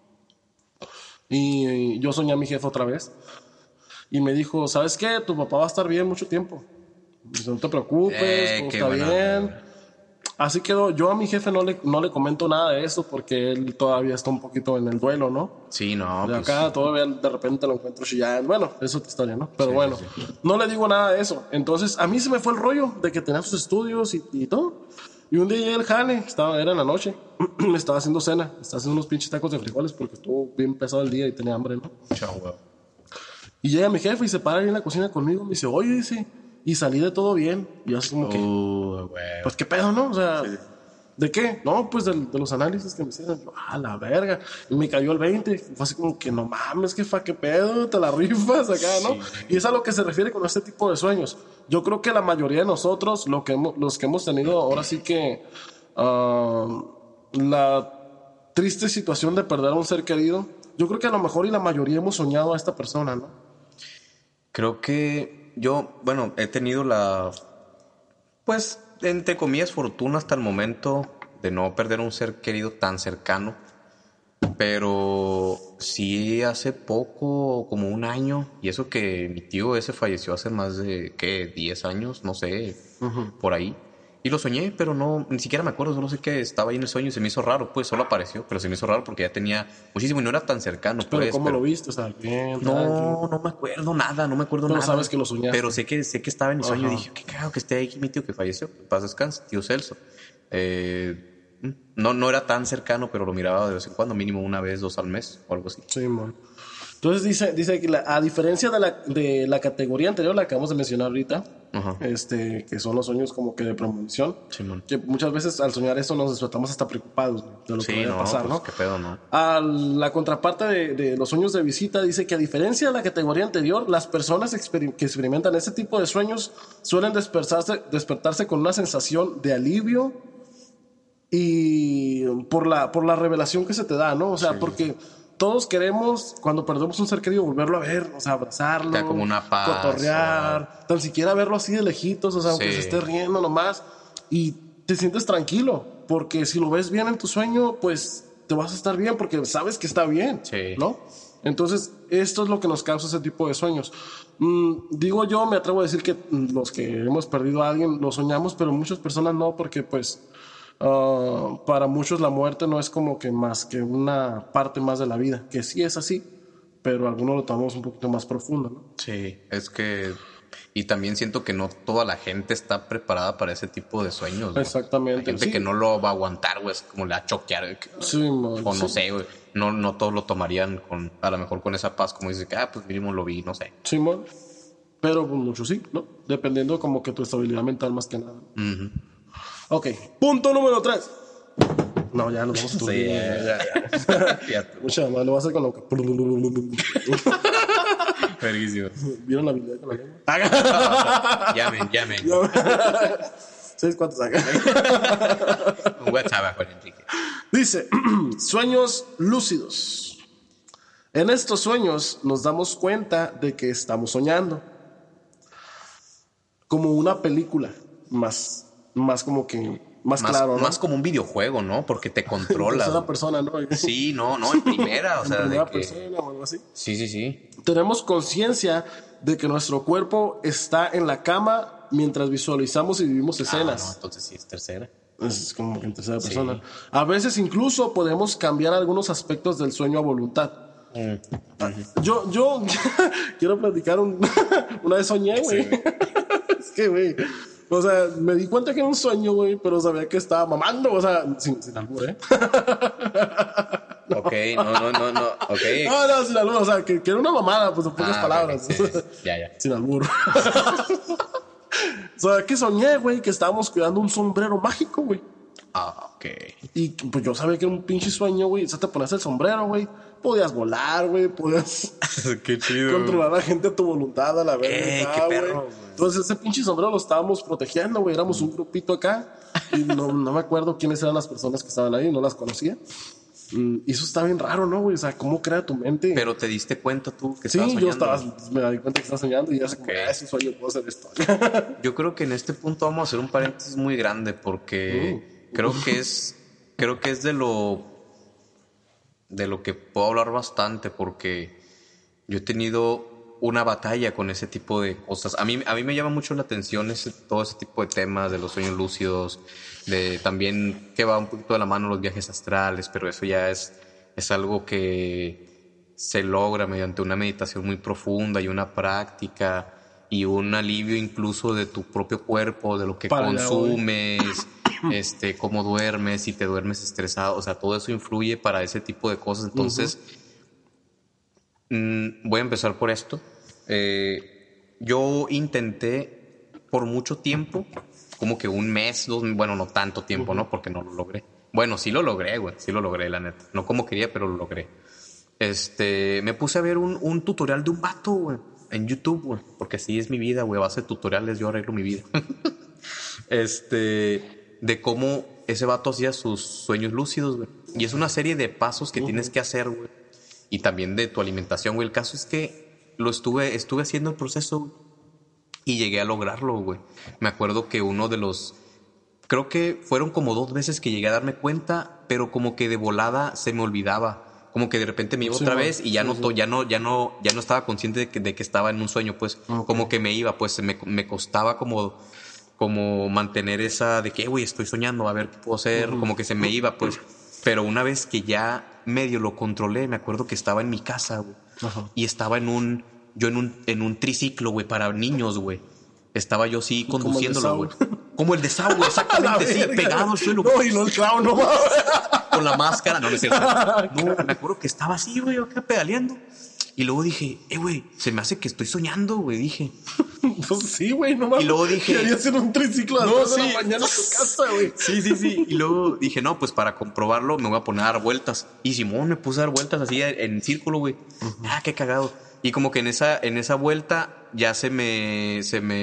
Y yo soñé a mi jefe otra vez. Y me dijo, ¿sabes qué? Tu papá va a estar bien mucho tiempo. Dice, no te preocupes, todo está bien. Así quedó. Yo a mi jefe no le comento nada de eso porque él todavía está un poquito en el duelo, ¿no? Sí, no. De acá todavía de repente lo encuentro chillando. Bueno, es otra historia, ¿no? Pero bueno, no le digo nada de eso. Entonces, a mí se me fue el rollo de que tenía sus estudios y todo. Y un día llegué al jale, era en la noche, me estaba haciendo cena, estaba haciendo unos pinches tacos de frijoles porque estuvo bien pesado el día y tenía hambre, ¿no? Chao, y llega mi jefe y se para ahí en la cocina conmigo, me dice, oye, dice, y salí de todo bien. Y yo así como que, pues qué pedo, ¿no? O sea, ¿de qué? No, pues de los análisis que me hicieron. Yo, la verga. Y me cayó el 20. Fue así como que, no mames, jefa, qué pedo, te la rifas acá, ¿no? Y es a lo que se refiere con este tipo de sueños. Yo creo que la mayoría de nosotros, los que hemos tenido ahora sí que la triste situación de perder a un ser querido, yo creo que a lo mejor y la mayoría hemos soñado a esta persona, ¿no? Creo que yo, bueno, he tenido pues, entre comillas, fortuna hasta el momento de no perder a un ser querido tan cercano. Pero sí hace poco, como un año, y eso que mi tío ese falleció hace más de, 10 años, no sé, por ahí. Y lo soñé, pero no, ni siquiera me acuerdo, solo sé que estaba ahí en el sueño y se me hizo raro, pues solo apareció, pero se me hizo raro porque ya tenía muchísimo y no era tan cercano. Pero pues, ¿cómo lo viste? O sea, bien, no me acuerdo nada, Pero sabes que lo soñaste. Pero sé que estaba en mi sueño y dije, qué cagado que esté ahí mi tío que falleció, paz descanse, tío Celso. No era tan cercano, pero lo miraba de vez en cuando, mínimo una vez, 2 al mes o algo así. Sí, man. Entonces dice que a diferencia de la categoría anterior, la que acabamos de mencionar ahorita, Ajá. Que son los sueños como que de premonición. Simón. Que muchas veces al soñar eso nos despertamos hasta preocupados, güey, de lo que vaya a pasar, pues, ¿no? qué pedo, ¿no? A la contraparte de los sueños de visita dice que a diferencia de la categoría anterior, las personas que experimentan ese tipo de sueños suelen despertarse con una sensación de alivio y por la revelación que se te da, ¿no? O sea, porque todos queremos, cuando perdemos un ser querido, volverlo a ver, o sea, abrazarlo, Te da como una paz, cotorrear, tan siquiera verlo así de lejitos, o sea, aunque se esté riendo nomás, y te sientes tranquilo, porque si lo ves bien en tu sueño, pues te vas a estar bien, porque sabes que está bien, ¿no? Entonces, esto es lo que nos causa ese tipo de sueños. Digo yo, me atrevo a decir que los que hemos perdido a alguien lo soñamos, pero muchas personas no, porque pues para muchos la muerte no es como que más que una parte más de la vida, que sí es así, pero algunos lo tomamos un poquito más profundo, ¿no? Sí, es que... Y también siento que no toda la gente está preparada para ese tipo de sueños, güey. Exactamente. Hay gente que no lo va a aguantar, güey, es como le va a choquear, güey. Sí, man, o no sé, güey. No todos lo tomarían a lo mejor con esa paz, como dice que, pues mínimo lo vi, no sé. Sí, man. Pero pues, muchos sí, ¿no? Dependiendo como que tu estabilidad mental más que nada. Ok, punto número 3. No, ya nos vamos a turdir. Ya. Mucha más, lo voy a hacer con lo que... Verguísimo. ¿Vieron la habilidad con la lengua? Llamen. 6, ¿cuántos saca? Un WhatsApp con Enrique. Dice, sueños lúcidos. En estos sueños nos damos cuenta de que estamos soñando. Como una película, más como que... Más claro, ¿no? Más como un videojuego, ¿no? Porque te controla. En tercera persona, ¿no? Sí, no, en primera, o sea, en primera de que... persona o algo así. Sí. Tenemos conciencia de que nuestro cuerpo está en la cama mientras visualizamos y vivimos escenas. No, entonces sí es tercera. Es como que en tercera persona. A veces incluso podemos cambiar algunos aspectos del sueño a voluntad. Yo quiero platicar una vez soñé, güey. Sí, Es que, güey, o sea, me di cuenta que era un sueño, güey, pero sabía que estaba mamando, o sea, sin albur, ¿eh? Ok, no, ok. No, sin albur, o sea, que era una mamada, pues en pocas palabras. Okay, sí. Ya. Sin albur. O sea, que soñé, güey, que estábamos cuidando un sombrero mágico, güey. Ok. Y pues yo sabía que era un pinche sueño, güey. O sea, te ponías el sombrero, güey. Podías volar, güey. Podías Qué chido. controlar a la gente a tu voluntad, a la verga. Qué perro, güey. Entonces ese pinche sombrero lo estábamos protegiendo, güey. Éramos un grupito acá. Y no me acuerdo quiénes eran las personas que estaban ahí. No las conocía. Y eso está bien raro, ¿no, güey? O sea, ¿cómo crea tu mente? Pero te diste cuenta tú que sí, estabas soñando. me di cuenta que estaba soñando y ya sé como, es un sueño, puedo hacer esto. Yo creo que en este punto vamos a hacer un paréntesis muy grande porque creo que es de lo que puedo hablar bastante, porque yo he tenido una batalla con ese tipo de cosas. A mí me llama mucho la atención todo ese tipo de temas de los sueños lúcidos, de también que va un poquito de la mano los viajes astrales, pero eso ya es algo que se logra mediante una meditación muy profunda y una práctica y un alivio incluso de tu propio cuerpo, de lo que consumes, cómo duermes, si te duermes estresado, o sea, todo eso influye para ese tipo de cosas. Entonces, voy a empezar por esto. Yo intenté por mucho tiempo, como que un mes, bueno, no tanto tiempo, ¿no? Porque no lo logré. Bueno, sí lo logré, güey, sí lo logré, la neta. No como quería, pero lo logré. Me puse a ver un tutorial de un vato, güey, en YouTube, güey, porque así es mi vida, güey, a base de tutoriales yo arreglo mi vida. De cómo ese vato hacía sus sueños lúcidos, güey. Y es una serie de pasos que tienes que hacer, güey. Y también de tu alimentación, güey. El caso es que estuve haciendo el proceso, güey, y llegué a lograrlo, güey. Me acuerdo que creo que fueron como 2 veces que llegué a darme cuenta, pero como que de volada se me olvidaba. Como que de repente me iba otra vez y ya no estaba consciente de que estaba en un sueño, pues. Okay. Como que me iba, pues me costaba como mantener esa de que, güey, estoy soñando, a ver qué puedo hacer. Como que se me iba, pues. Pero una vez que ya medio lo controlé, me acuerdo que estaba en mi casa, güey. Y estaba en un triciclo, güey, para niños, güey. Estaba yo sí conduciéndolo, güey. Como el de Saw, güey, exactamente, sí, pegado al suelo. No, y no el clown, no mames. Con la máscara, no es cierto. No, me acuerdo que estaba así, güey, acá pedaleando. Y luego dije, güey, se me hace que estoy soñando, güey, dije. Pues sí, güey, no mames. Y luego dije... Quería hacer un triciclo a las 3 de la mañana a tu casa, güey. Sí. Y luego dije, no, pues para comprobarlo me voy a poner a dar vueltas. Y Simón me puse a dar vueltas así en círculo, güey. Qué cagado. Y como que en esa vuelta ya se me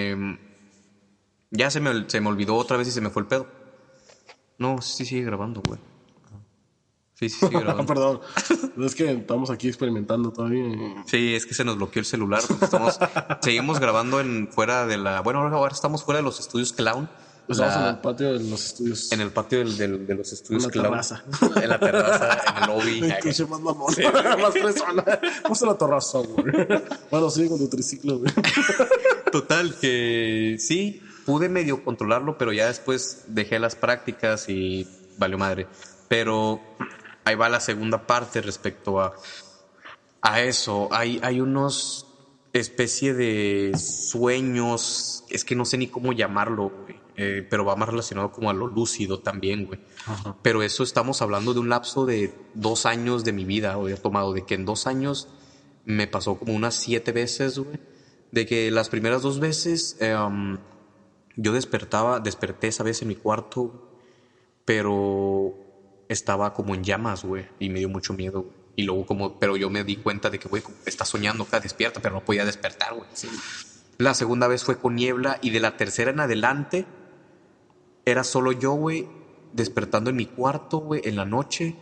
olvidó otra vez y se me fue el pedo. No, sí sigue grabando, güey. Sí, sigue grabando. Perdón. Es que estamos aquí experimentando todavía. Sí, es que se nos bloqueó el celular. Seguimos grabando fuera de la... Bueno, ahora estamos fuera de los estudios Clown. Estamos en el patio de los estudios. En el patio de los estudios Clown. En la terraza, en el lobby. Escuché más mamón. Más fresona. Vamos a la terraza, güey. Bueno, sigue con tu triciclo, güey. Total, que sí, pude medio controlarlo, pero ya después dejé las prácticas y valió madre. Pero ahí va la segunda parte respecto a eso. Hay unos especie de sueños, es que no sé ni cómo llamarlo, güey. Pero va más relacionado como a lo lúcido también, güey. Ajá. Pero eso estamos hablando de un lapso de 2 años de mi vida, había tomado, de que en 2 años me pasó como unas 7 veces, güey. De que las primeras 2 veces yo desperté esa vez en mi cuarto, pero estaba como en llamas, güey, y me dio mucho miedo, güey. Y luego pero yo me di cuenta de que, güey, está soñando acá, despierta, pero no podía despertar, güey. Sí. La segunda vez fue con niebla y de la tercera en adelante era solo yo, güey, despertando en mi cuarto, güey, en la noche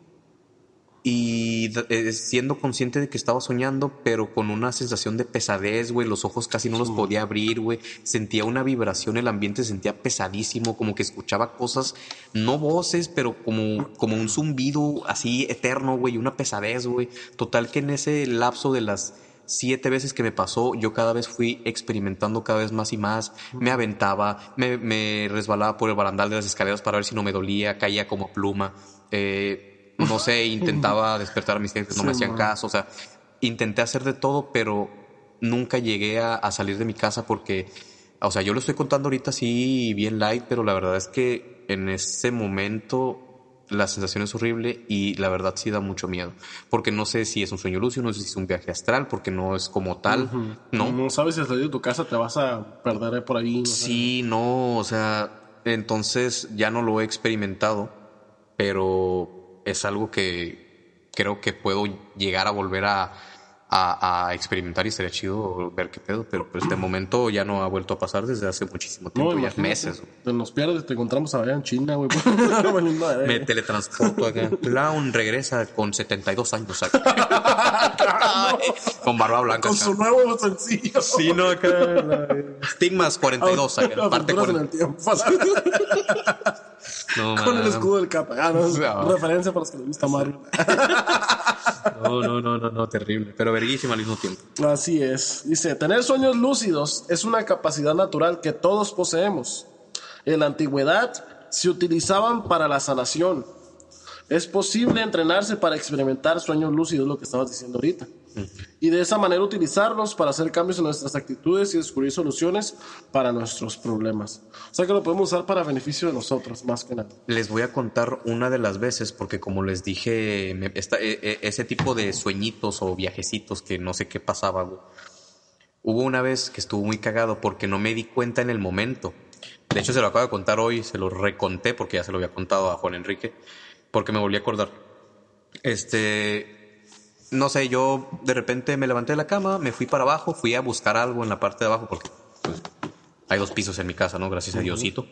y siendo consciente de que estaba soñando, pero con una sensación de pesadez, güey. Los ojos casi no los podía abrir, güey. Sentía una vibración, el ambiente se sentía pesadísimo, como que escuchaba cosas, no voces, pero como un zumbido así eterno, güey, una pesadez, güey. Total que en ese lapso de las 7 veces que me pasó, yo cada vez fui experimentando cada vez más y más. Me aventaba, me resbalaba por el barandal de las escaleras para ver si no me dolía, caía como pluma. No sé, intentaba despertar a mis jefes, no me hacían caso. O sea, intenté hacer de todo, pero nunca llegué a salir de mi casa porque, o sea, yo lo estoy contando ahorita así bien light, pero la verdad es que en ese momento la sensación es horrible y la verdad sí da mucho miedo. Porque no sé si es un sueño lúcido, no sé si es un viaje astral, porque no es como tal. No sabes si al salir de tu casa te vas a perder por ahí. No sí, sé. No, o sea, entonces ya no lo he experimentado, pero es algo que creo que puedo llegar a volver a experimentar y sería chido ver qué pedo, pero pues de momento ya no ha vuelto a pasar desde hace muchísimo tiempo, ya meses. Te nos pierdes, te encontramos allá en China, güey. Me teletransporto acá. Clown regresa con 72 años acá. Con barba blanca. Con acá. Su nuevo sencillo. Sí, no, acá. Stigmas 42 acá. Parte en el tiempo. No, con el escudo del Capa. Referencia para los que les gusta Mario. No, terrible. Pero verguísima al mismo tiempo. Así es. Dice, tener sueños lúcidos es una capacidad natural que todos poseemos. En la antigüedad se utilizaban para la sanación. Es posible entrenarse para experimentar sueños lúcidos, lo que estabas diciendo ahorita. Y de esa manera utilizarlos para hacer cambios en nuestras actitudes y descubrir soluciones para nuestros problemas. O sea que lo podemos usar para beneficio de nosotros, más que nada. Les voy a contar una de las veces, porque como les dije, ese tipo de sueñitos o viajecitos que no sé qué pasaba, güey. Hubo una vez que estuvo muy cagado porque no me di cuenta en el momento. De hecho, se lo acabo de contar hoy, se lo reconté porque ya se lo había contado a Juan Enrique, porque me volví a acordar. No sé, yo de repente me levanté de la cama, me fui para abajo, fui a buscar algo en la parte de abajo porque pues, hay 2 pisos en mi casa, ¿no? Gracias a Diosito.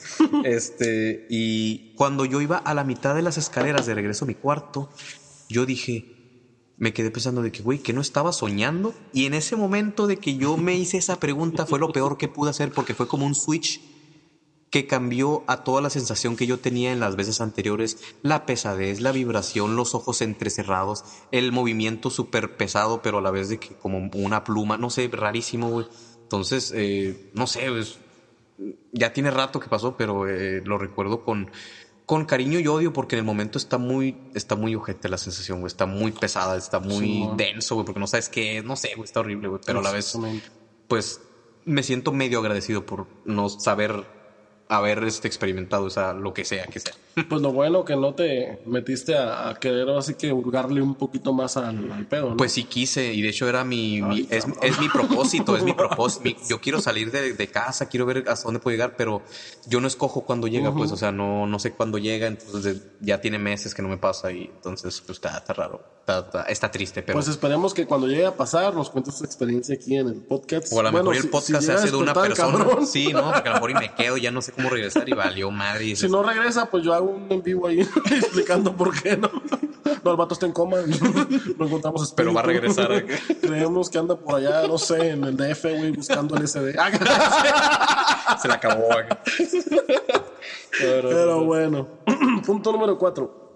Y cuando yo iba a la mitad de las escaleras de regreso a mi cuarto, yo me quedé pensando de que, güey, que no estaba soñando. Y en ese momento de que yo me hice esa pregunta fue lo peor que pude hacer porque fue como un switch que cambió a toda la sensación que yo tenía en las veces anteriores, la pesadez, la vibración, los ojos entrecerrados, el movimiento súper pesado, pero a la vez de que como una pluma, no sé, rarísimo, güey. Entonces, no sé, pues, ya tiene rato que pasó, pero lo recuerdo con cariño y odio porque en el momento está muy ojete la sensación, güey, está muy pesada, está muy denso, güey, porque no sabes qué es, no sé, güey, está horrible, güey, pero a la vez, pues, me siento medio agradecido por no saber haber experimentado lo que sea. Pues lo bueno que no te metiste a querer así que hurgarle un poquito más al pedo, ¿no? Pues sí quise, y de hecho era es mi propósito, yo quiero salir de casa, quiero ver hasta dónde puedo llegar, pero yo no escojo cuándo llega, pues, o sea, no sé cuándo llega, entonces ya tiene meses que no me pasa, y entonces pues está raro, está triste, pero... Pues esperemos que cuando llegue a pasar nos cuentes tu experiencia aquí en el podcast. O a lo mejor el podcast se hace de una persona. Cabrón. Sí, ¿no? Porque a lo mejor y me quedo, ya no sé cómo regresar y valió madre. Y si no regresa, pues yo hago un en vivo ahí explicando por qué, ¿no? No, el vato está en coma, no encontramos espíritu. Pero va a regresar. Creemos que anda por allá, no sé, en el DF, güey, buscando el SD. Se le acabó. Pero bueno. Punto número 4.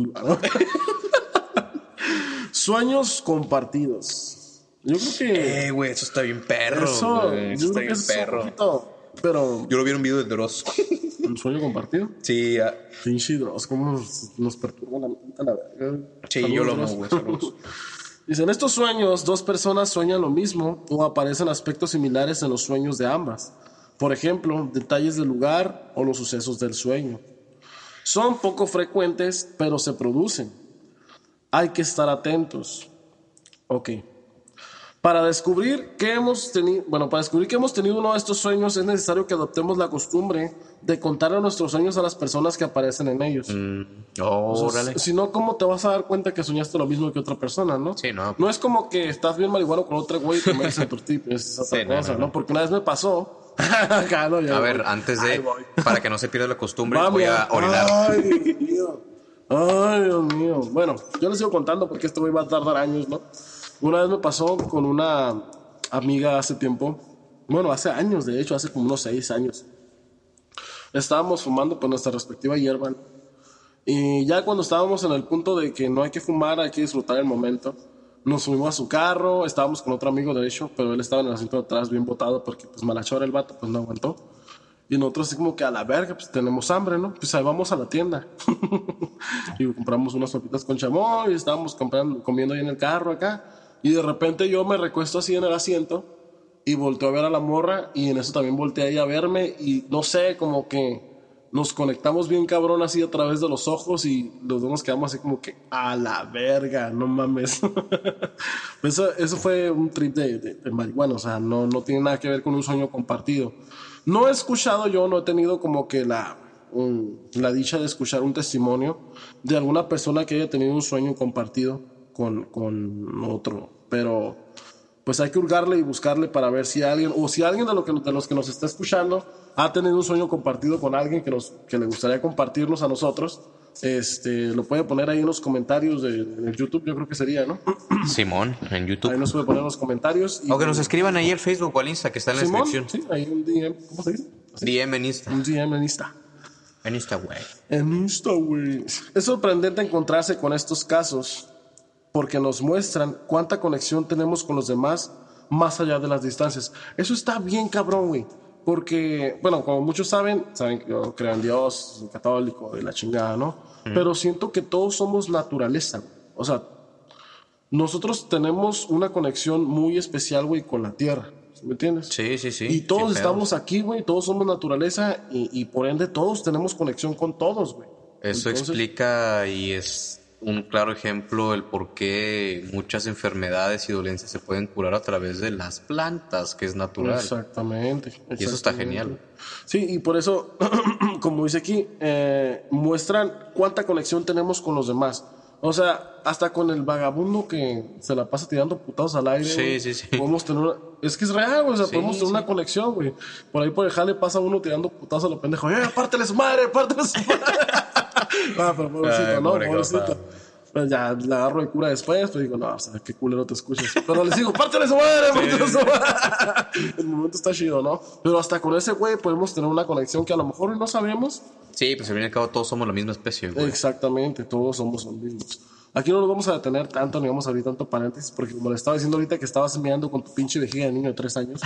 Sueños compartidos. Yo creo que... güey, eso está bien perro. Eso, yo creo que es un poquito... Pero... Yo lo vi en un video de Dross. ¿Un sueño compartido? Sí. Pinche Dross, cómo nos perturba la mente a la verga. Sí, Saludos, yo lo amo, Dross. güey. Saludos. Dice, en estos sueños, dos personas sueñan lo mismo o aparecen aspectos similares en los sueños de ambas. Por ejemplo, detalles del lugar o los sucesos del sueño. Son poco frecuentes, pero se producen. Hay que estar atentos. Ok. Para descubrir que hemos tenido uno de estos sueños, es necesario que adoptemos la costumbre de contar a nuestros sueños a las personas que aparecen en ellos. Órale. Si no, ¿cómo te vas a dar cuenta que soñaste lo mismo que otra persona, no? Sí, no. No es como que estás bien marihuano con otro güey y te metes en tu tip, es otra cosa, ¿no? Porque una vez me pasó. Claro, a ver, antes de... Para que no se pierda la costumbre, voy a orinar. Ay, Dios mío. Ay, Dios mío. Bueno, yo les sigo contando porque este güey va a tardar años, ¿no? Una vez me pasó con una amiga hace tiempo. Bueno, hace años, de hecho, hace como unos 6 años. Estábamos fumando pues nuestra respectiva hierba, ¿no? Y ya cuando estábamos en el punto de que no hay que fumar, hay que disfrutar el momento, nos subimos a su carro, estábamos con otro amigo de hecho, pero él estaba en el asiento de atrás bien botado porque pues malachora el vato, pues no aguantó. Y nosotros así como que a la verga, pues tenemos hambre, ¿no? Pues ahí vamos a la tienda. Y compramos unas papitas con chamoy y estábamos comiendo ahí en el carro acá. Y de repente yo me recuesto así en el asiento y volteo a ver a la morra y en eso también volteé ahí a verme y no sé, como que nos conectamos bien cabrón así a través de los ojos y los dos nos quedamos así como que a la verga, no mames. Eso fue un trip de marihuana, o sea, no tiene nada que ver con un sueño compartido. No he escuchado yo, no he tenido como que la dicha de escuchar un testimonio de alguna persona que haya tenido un sueño compartido con otro, pero pues hay que hurgarle y buscarle para ver si alguien de los que nos está escuchando ha tenido un sueño compartido con alguien que le gustaría compartirnos a nosotros. Lo puede poner ahí en los comentarios de YouTube, yo creo que sería, ¿no? Simón, en YouTube. Ahí nos puede poner en los comentarios. O que nos escriban ahí al Facebook o al Insta, que está en la Simón, descripción. sí, ahí un DM, ¿cómo se dice? DM en Insta. Un DM en Insta. En Insta, güey. En Insta, güey. Es sorprendente encontrarse con estos casos porque nos muestran cuánta conexión tenemos con los demás más allá de las distancias. Eso está bien cabrón, güey. Porque, bueno, como muchos saben que yo creo en Dios, soy católico y la chingada, ¿no? Pero siento que todos somos naturaleza, güey. O sea, nosotros tenemos una conexión muy especial, güey, con la tierra. ¿Me entiendes? Sí. Y todos estamos aquí, güey, todos somos naturaleza y por ende todos tenemos conexión con todos, güey. Eso explica y es un claro ejemplo el por qué muchas enfermedades y dolencias se pueden curar a través de las plantas, que es natural. Exactamente. Y eso está genial. Sí, y por eso, como dice aquí, muestran cuánta conexión tenemos con los demás. O sea, hasta con el vagabundo que se la pasa tirando putados al aire. Sí. Podemos tener es que es real, güey. O sea, podemos tener una conexión, güey. Por ahí por el jale pasa uno tirando putados a los pendejos. ¡Pártele su madre! ¡Pártele su madre! Pero pobrecito, ¿no? Pobrecito. Pues ya la agarro de cura después, pero digo, no, o sea, qué culero te escuchas. Pero les digo, ¡pártele su madre! ¡Pártele su madre! El momento está chido, ¿no? Pero hasta con ese güey podemos tener una conexión que a lo mejor no sabemos. Sí, pues al fin y al cabo todos somos la misma especie, güey. Exactamente, todos somos los mismos. Aquí no nos vamos a detener tanto, ni vamos a abrir tanto paréntesis, porque como le estaba diciendo ahorita que estabas mirando con tu pinche vejiga de niño de 3 años,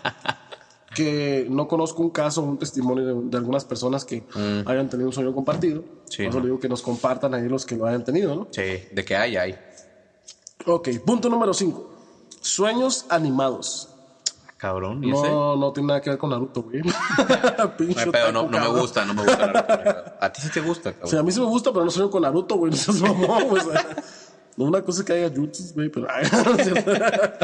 que no conozco un caso, un testimonio de algunas personas que hayan tenido un sueño compartido. Sí, por eso digo que nos compartan ahí los que lo hayan tenido, ¿no? Sí, de que hay. Ok, punto número 5. Sueños animados. Cabrón, ¿y ese? No tiene nada que ver con Naruto, güey. Pinche Pero otaku, no me cabrón. gusta Naruto. A ti sí te gusta, O cabrón. sea, a mí sí me gusta, pero no sueño con Naruto, güey. No seas mamón, güey. O sea, no, una cosa es que haya jutsus, güey, pero... no es cierto.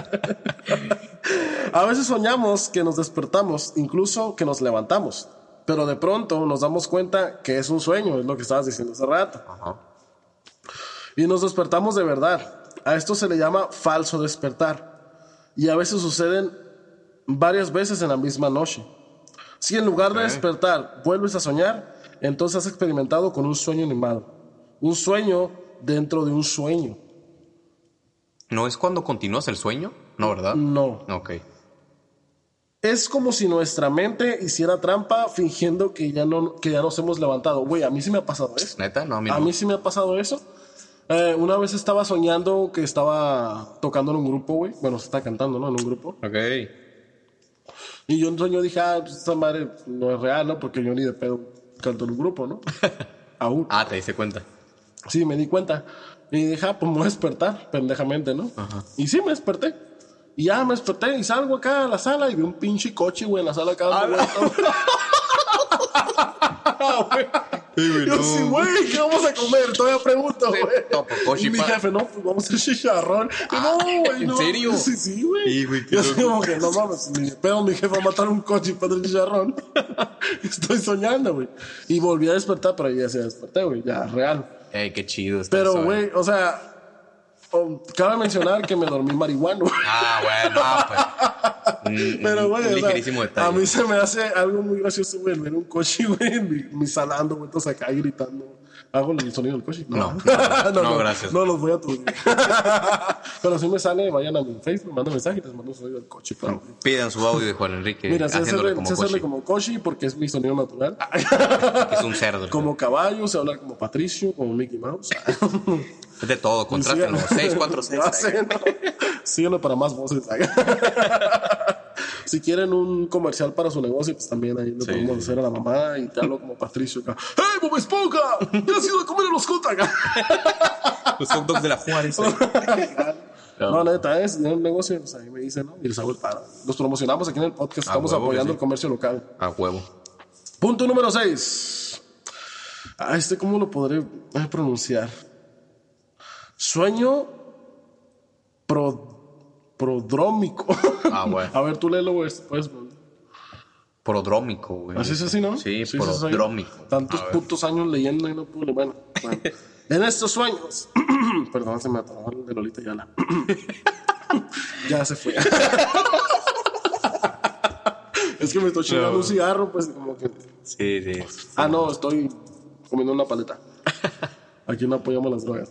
A veces soñamos que nos despertamos, incluso que nos levantamos. Pero de pronto nos damos cuenta que es un sueño, es lo que estabas diciendo hace rato. Ajá. Y nos despertamos de verdad. A esto se le llama falso despertar. Y a veces suceden varias veces en la misma noche. Si en lugar de despertar vuelves a soñar, entonces has experimentado con un sueño animado. Un sueño dentro de un sueño. ¿No es cuando continúas el sueño? No, ¿verdad? No. Ok. Es como si nuestra mente hiciera trampa fingiendo que ya nos hemos levantado. Güey, a mí sí me ha pasado eso. ¿Neta? No, a mí no. A mí sí me ha pasado eso. Una vez estaba soñando que estaba tocando en un grupo, güey. Bueno, se está cantando, ¿no? En un grupo. Ok. Y yo en sueño dije, pues esta madre no es real, ¿no? Porque yo ni de pedo canto en un grupo, ¿no? Aún. Te diste cuenta. Sí, me di cuenta. Y dije, pues me voy a despertar, pendejamente, ¿no? Ajá. Y sí, me desperté. Y ya me desperté y salgo acá a la sala y vi un pinche coche, güey, en la sala acá. Yo sí, güey, ¿qué vamos a comer? Todavía pregunto, güey. No, pues, coche, Y mi jefe, no, pues vamos a hacer chicharrón. No, güey, ¿en no. serio? Sí, güey. Sí, güey, qué Yo así loco. como que, no mames, ni de pedo mi jefe va a matar un coche para el chicharrón. Estoy soñando, güey. Y volví a despertar, pero ya se desperté, güey, ya, real. Qué chido está Pero, eso, güey, o sea, cabe mencionar que me dormí marihuano. Bueno, pues. Pero, güey, un o sea, ligerísimo detalle. a mí se me hace algo muy gracioso, güey, el ver un coche, güey, en mi sala dando vueltas acá y gritando. ¿Hago el sonido del coche? No, gracias. No los voy a turbir. Pero si me sale, vayan a mi Facebook, mando mensaje y les mando un sonido del coche. Pero, Pidan su audio de Juan Enrique. mira, sé haciéndole hacerle como como coche porque es mi sonido natural. Koshi, que es un cerdo. Como caballo, sé hablar como Patricio, como Mickey Mouse. Es de todo, contrátenlo. 646. Ya sé, no. Síguenos para más voces. Si quieren un comercial para su negocio, pues también ahí lo podemos hacer a la mamá y te hablo como Patricio acá. ¡Hey, Bob Esponja! ¿Qué has ido a comer a los hot acá? Los hot dogs de la Juárez. No, neta, es un negocio, pues ahí me dicen, ¿no? Y les hago el paro. Los promocionamos aquí en el podcast, estamos huevo que apoyando sí. el comercio local. A huevo. Punto número 6. ¿Cómo lo podré pronunciar? Sueño prodrómico. Bueno. A ver, tú léelo, güey. Pues, Prodrómico, güey. así es así, ¿no? Sí, sí, prodrómico. Tantos A ver. putos años leyendo y no pude. Bueno. En estos sueños. Perdón, se me atoró el de Lolita Yala. Ya se fue. Es que me estoy chingando un cigarro, pues como que. Sí. No, estoy comiendo una paleta. Aquí no apoyamos las drogas.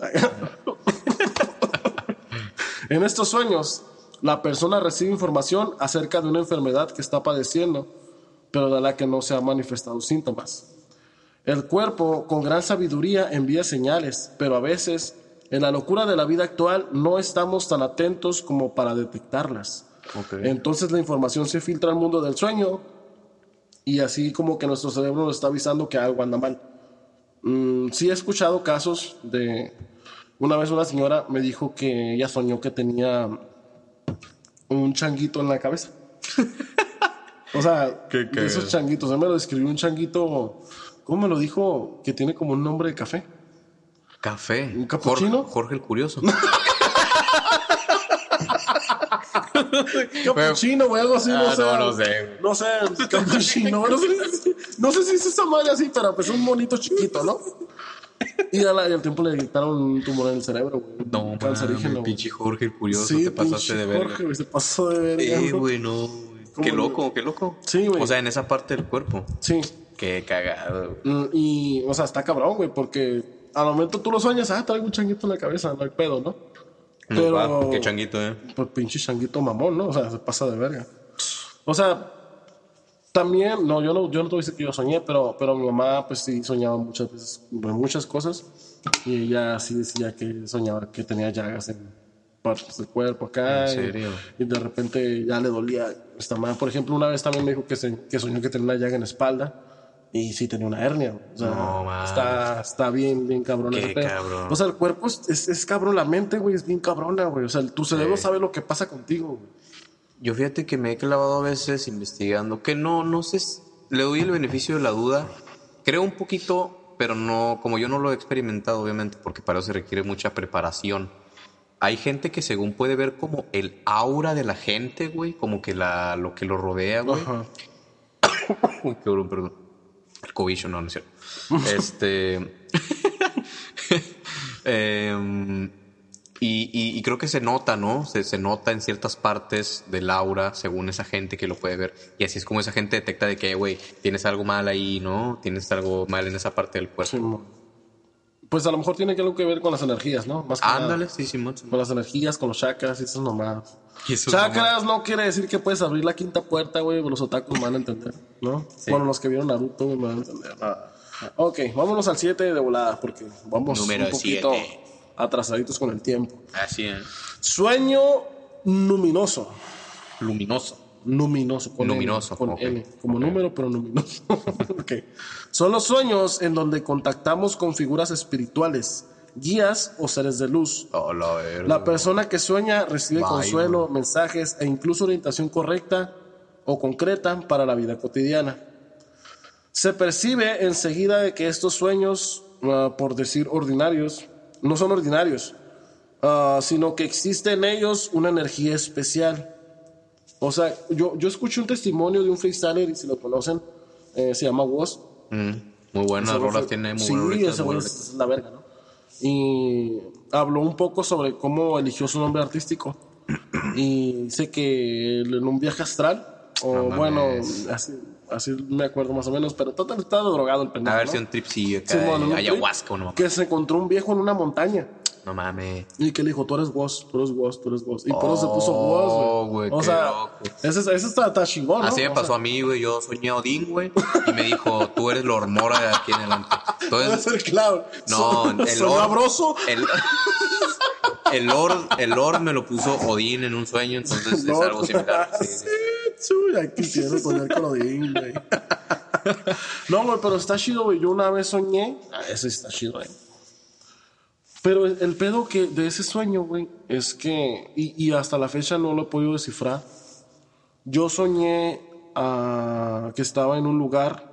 En estos sueños, la persona recibe información acerca de una enfermedad que está padeciendo, pero de la que no se han manifestado síntomas. El cuerpo, con gran sabiduría, envía señales, pero a veces, en la locura de la vida actual, no estamos tan atentos como para detectarlas. Okay. Entonces la información se filtra al mundo del sueño y así como que nuestro cerebro nos está avisando que algo anda mal. Sí he escuchado casos de... Una vez una señora me dijo que ella soñó que tenía un changuito en la cabeza. O sea, de esos changuitos. Él me lo describió un changuito... ¿Cómo me lo dijo? Que tiene como un nombre de café. ¿Café? ¿Un capuchino? Jorge el Curioso. Capuchino, güey, algo así, no sé. No sé. No sé, capuchino. No sé si es esa madre así, pero pues un monito chiquito, ¿no? Y al tiempo le detectaron un tumor en el cerebro, güey. No, cancerígeno. pinche Jorge el Curioso, Sí, te pasaste de verga. Jorge, güey, se pasó de verga. Güey, no. Qué loco. Sí, güey. O sea, en esa parte del cuerpo. Sí. Qué cagado. Y, o sea, está cabrón, güey, porque al momento tú lo sueñas, traigo un changuito en la cabeza, no hay pedo, ¿no? Pero... Qué changuito, Pues pinche changuito mamón, ¿no? O sea, se pasa de verga. O sea, también, yo no te voy a decir que yo soñé, pero mi mamá, pues sí, soñaba muchas veces, muchas cosas. Y ella sí decía que soñaba que tenía llagas en partes del cuerpo acá. ¿En serio? Y de repente ya le dolía esta madre. Por ejemplo, una vez también me dijo que soñó que tenía una llaga en la espalda. Y sí tenía una hernia. O sea, no, está bien cabrón. Qué cabrón. O sea, el cuerpo es cabrón, la mente, güey, es bien cabrona, güey. O sea, tu cerebro sabe lo que pasa contigo, güey. Yo fíjate que me he clavado a veces investigando, que no sé, le doy el beneficio de la duda. Creo un poquito, pero no, como yo no lo he experimentado, obviamente, porque para eso se requiere mucha preparación. Hay gente que según puede ver como el aura de la gente, güey, como que lo que lo rodea, güey. Ajá. Uy, qué broma, perdón. El cobicho, no es cierto. Em, y creo que se nota, ¿no? Se nota en ciertas partes del aura según esa gente que lo puede ver. Y así es como esa gente detecta de que, güey, tienes algo mal ahí, ¿no? Tienes algo mal en esa parte del cuerpo. Sí, pues a lo mejor tiene que algo que ver con las energías, ¿no? Más que Ándale, nada. sí, Simón. Con las energías, con los chakras y esas nomás. Y eso es Chakras no quiere decir que puedes abrir la quinta puerta, güey. Los otakus me van a entender, ¿no? Sí. Bueno, los que vieron Naruto, güey, me van a entender. Ok, vámonos al 7 de volada, porque vamos Número un poquito 7. atrasaditos con el tiempo. Así es. Sueño luminoso. Luminoso. Luminoso, con Luminoso, N, con ok. N, como Ok. número, pero luminoso. Ok. Son los sueños en donde contactamos con figuras espirituales, guías o seres de luz. Oh, la verga. La persona que sueña recibe Vaya. consuelo, mensajes e incluso orientación correcta o concreta para la vida cotidiana. Se percibe enseguida de que estos sueños, por decir ordinarios, no son ordinarios, sino que existe en ellos una energía especial. O sea, yo escuché un testimonio de un freestyler, y si lo conocen, se llama Woz. Muy buenas Ese güey rolas, fue- tiene muy sí, buenas letras, ese muy güey buenas letras. es la verga, ¿no? Y habló un poco sobre cómo eligió su nombre artístico. Y dice que en un viaje astral, o No mames. bueno, así me acuerdo más o menos, pero total estaba drogado el pendejo. A ver ¿no? si un tripsillo acá Simón, de un ayahuasca trip, o no. que se encontró un viejo en una montaña. No mames. Y que le dijo, tú eres Woz, tú eres Woz, tú eres Woz. Y por eso se puso Woz, güey. güey, O qué sea, loco. ese está chingón, ¿no? Así me O pasó sea, a mí, güey. Yo soñé a Odín, güey. Y me dijo, tú eres Lord Mora de aquí en adelante. Debe Entonces, ser claro. no, el Sonó Lord. abroso. El Lord me lo puso Odín en un sueño, entonces es Lord. algo similar. Sí, sí. Chuy, ya quisiera soñar con Odín, güey. No, güey, pero está chido, güey. Yo una vez soñé. Ese está chido, güey. Pero el pedo que de ese sueño, güey, es que. Y hasta la fecha no lo he podido descifrar. Yo soñé que estaba en un lugar.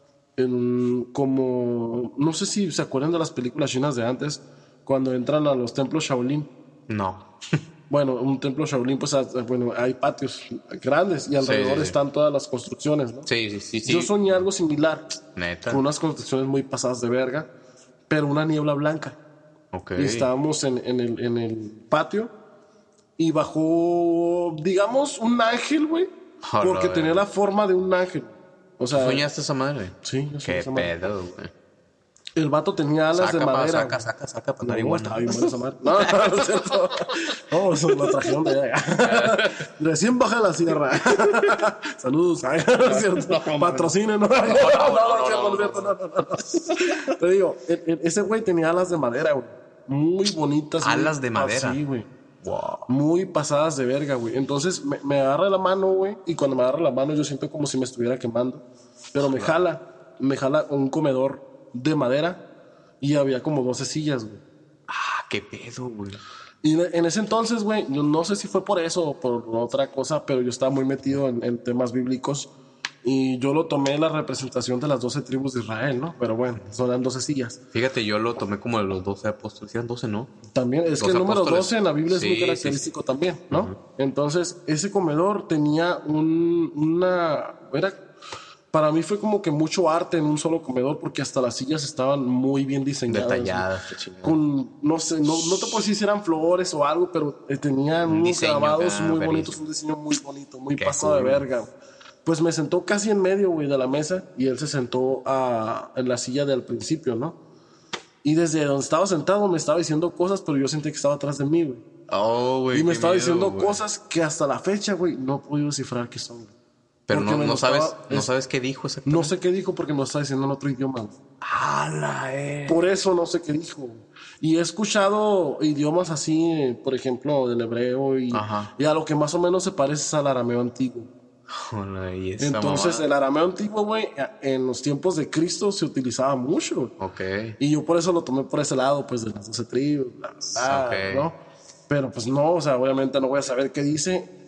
Como. No sé si se acuerdan de las películas chinas de antes. Cuando entran a los templos Shaolin. No. Bueno, un templo Shaolin, pues bueno, hay patios grandes y alrededor sí, sí. están todas las construcciones, ¿no? Sí, sí, sí. Yo soñé algo similar, Neta. con unas construcciones muy pasadas de verga, pero una niebla blanca. Ok. Y estábamos en el patio y bajó, digamos, un ángel, güey, A la porque verga. tenía la forma de un ángel. O sea, ¿Soñaste esa madre? sí, yo soñé Qué esa madre. pedo, güey. El vato tenía alas de madera. Saca, para No, igual. estaba bien buena esa madre. No, no es cierto. No, eso lo trajeron de allá. Recién baja la sierra. Saludos. Ay, no es cierto. Patrocinen. No, no, no, no, es cierto, no. Te digo, ese güey tenía alas de madera, güey. Muy bonitas. ¿Alas de madera? Sí, güey. Wow. Muy pasadas de verga, güey. Entonces me agarra la mano, güey. Y cuando me agarra la mano yo siento como si me estuviera quemando. Pero me jala un comedor de madera y había como 12 sillas, güey. Ah, qué pedo, güey. Y en ese entonces, güey, yo no sé si fue por eso o por otra cosa, pero yo estaba muy metido en temas bíblicos y yo lo tomé la representación de las 12 tribus de Israel, ¿no? Pero bueno, son 12 sillas. Fíjate, yo lo tomé como de los 12 apóstoles. Eran 12, ¿no? También, es que Los el número apóstoles. 12 en la Biblia es Sí, muy sí, característico también, ¿no? Entonces, ese comedor tenía era... Para mí fue como que mucho arte en un solo comedor porque hasta las sillas estaban muy bien diseñadas. Detalladas, qué chingada. Con, no sé, no te puedo decir si eran flores o algo, pero tenían unos diseño grabados acá, muy verísimo. bonitos, un diseño muy bonito, muy Qué pasado cool. de verga. Pues me sentó casi en medio, güey, de la mesa y él se sentó en la silla del principio, ¿no? Y desde donde estaba sentado me estaba diciendo cosas, pero yo sentí que estaba atrás de mí, güey. Oh, güey. Y me qué estaba miedo, diciendo güey. cosas que hasta la fecha, güey, no he podido descifrar qué son, güey. Pero Porque me no lo sabes, estaba- no es- sabes qué dijo exactamente. No sé qué dijo porque me lo está diciendo en otro idioma, güey. ¡Hala, Por eso no sé qué dijo. Y he escuchado idiomas así, por ejemplo, del hebreo Ajá. y a lo que más o menos se parece es al arameo antiguo. Hola, y esa Entonces, mamada. el arameo antiguo, güey, en los tiempos de Cristo se utilizaba mucho, güey. Ok. Y yo por eso lo tomé por ese lado, pues, de las 12 tribus, bla, bla, bla, Ok. ¿no? Pero pues no, o sea, obviamente no voy a saber qué dice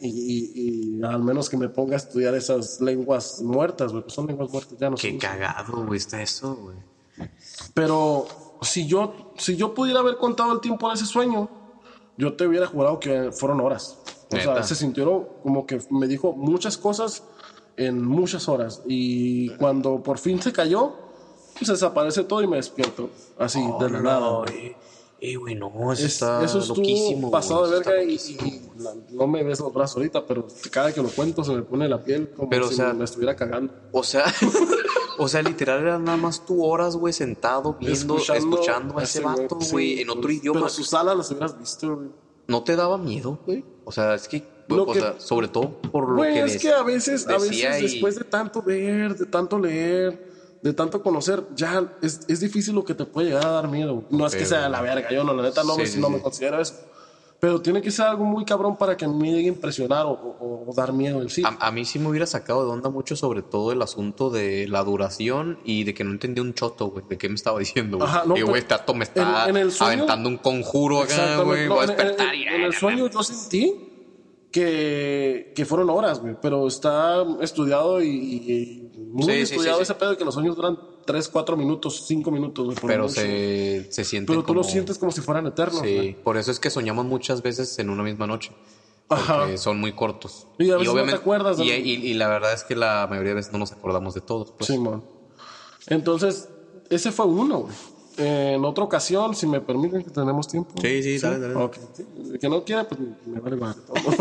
y al menos que me ponga a estudiar esas lenguas muertas, güey. Pues son lenguas muertas, ya no sé. Qué cagado, güey, está eso, güey. Pero si yo pudiera haber contado el tiempo de ese sueño, yo te hubiera jurado que fueron horas. O sea, ¿Neta? se sintió como que me dijo muchas cosas en muchas horas. Y cuando por fin se cayó, pues desaparece todo y me despierto. Así, de la nada. Güey, no, eso Estuvo loquísimo. pasado güey, de eso verga está y loquísimo. no me ves los brazos ahorita, pero cada que lo cuento se me pone la piel como Pero, si o sea, me estuviera cagando. O sea, literal era nada más tú horas, güey, sentado viendo, escuchando a ese vato, güey, sí, en otro pues, idioma. Pero sus alas las hubieras visto, güey. ¿No te daba miedo, güey? O sea, es que, Lo o que- sea, sobre todo por lo Güey, que es que a veces decía y- después de tanto ver, de tanto leer, de tanto conocer, ya es difícil lo que te puede llegar a dar miedo. Güey. No es que Pero- sea la verga, yo no, la neta no, Sí, no sí, me sí. considero eso. Pero tiene que ser algo muy cabrón para que me llegue a impresionar o dar miedo en sí. A mí sí me hubiera sacado de onda mucho sobre todo el asunto de la duración y de que no entendía un choto, güey, de qué me estaba diciendo, güey. Ajá, no, Y, güey, pero este vato me está en el sueño- aventando un conjuro acá, Exactamente. güey, No, voy a en despertar y... el sueño yo sentí que fueron horas, güey. Pero está estudiado y muy Sí, estudiado sí. ese pedo de que los sueños duran 3, 4 minutos, 5 minutos, güey. por Pero mucho. se siente Pero tú lo como- sientes como si fueran eternos, Sí, güey. por eso es que soñamos muchas veces en una misma noche. Porque Ajá. son muy cortos. Y a veces no te acuerdas de- y la verdad es que la mayoría de veces no nos acordamos de todos. Pues. Simón. Entonces, ese fue uno, güey. En otra ocasión, si me permiten que tenemos tiempo. Sí, dale. Ok, sí. El que no quiera, pues me vale madre.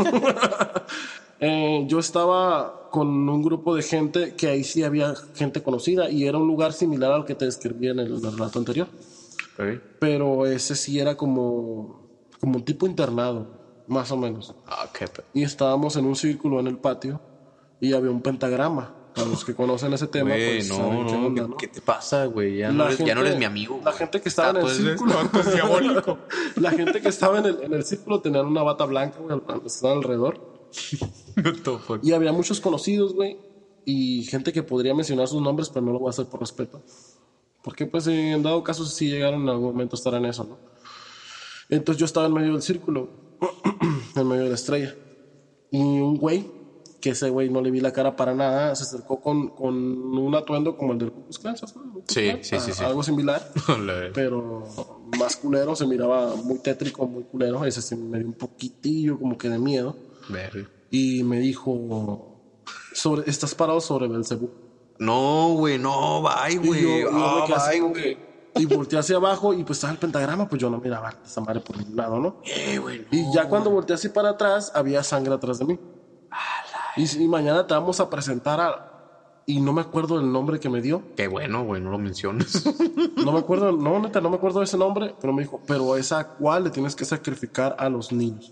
Yo estaba con un grupo de gente que ahí sí había gente conocida y era un lugar similar al que te describí en el relato anterior. Ok. Pero ese sí era como un tipo internado, más o menos. Ah, qué pe- Y estábamos en un círculo en el patio y había un pentagrama. Para los que conocen ese tema, Güey, pues saben qué onda, ¿no? ¿qué te pasa, güey? Ya, La ya no eres gente- mi amigo. La güey. gente que estaba en el Vato, ese círculo. vato es diabólico. La gente que estaba en el círculo tenían una bata blanca, güey, estaban alrededor. What the fuck? Y había muchos conocidos, güey. Y gente que podría mencionar sus nombres, pero no lo voy a hacer por respeto. Porque, pues, en dado caso, sí llegaron en algún momento a estar en eso, ¿no? Entonces yo estaba en medio del círculo, en medio de la estrella. Y un güey, que ese güey no le vi la cara para nada, se acercó con un atuendo como el del Ku Klux Klan, ¿sabes? Sí. Algo similar, La- pero más culero, se miraba muy tétrico, muy culero. Ese sí me dio un poquitillo como que de miedo. Verga. Y me dijo, estás parado sobre Belcebú. No, güey, no, bye, Y güey. yo me quedé así Bye, como güey. que- y volteé hacia abajo y pues estaba el pentagrama, pues yo no miraba esa madre por ningún lado, ¿no? Güey, no. Y ya cuando volteé así para atrás, había sangre atrás de mí. Y mañana te vamos a presentar a... Y no me acuerdo el nombre que me dio. Qué bueno, güey, no lo menciones. No me acuerdo, no, neta, no me acuerdo de ese nombre, pero me dijo, pero esa cual le tienes que sacrificar a los niños.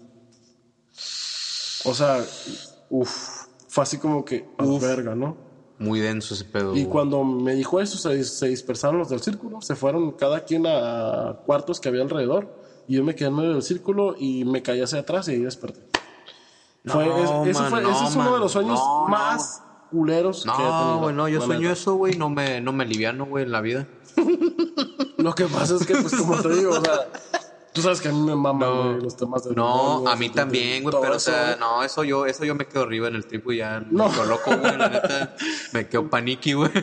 O sea, fue así como que, verga, ¿no? Muy denso ese pedo. Y güey. cuando me dijo eso, se dispersaron los del círculo, se fueron cada quien a cuartos que había alrededor, y yo me quedé en medio del círculo y me caí hacia atrás y ahí desperté. No, man, Ese es uno man. de los sueños No, más culeros que he tenido. No, güey, no, yo la sueño neta. eso, güey, no me aliviano, güey, en la vida. Lo que pasa es que, pues, como te digo, o sea, tú sabes que a mí me maman, güey, los temas de No, demonios, a mí también, güey, todo pero o eso, sea, güey. no, eso yo me quedo arriba en el tripo y ya No. me quedo loco, güey, la neta, me quedo paniqui, güey.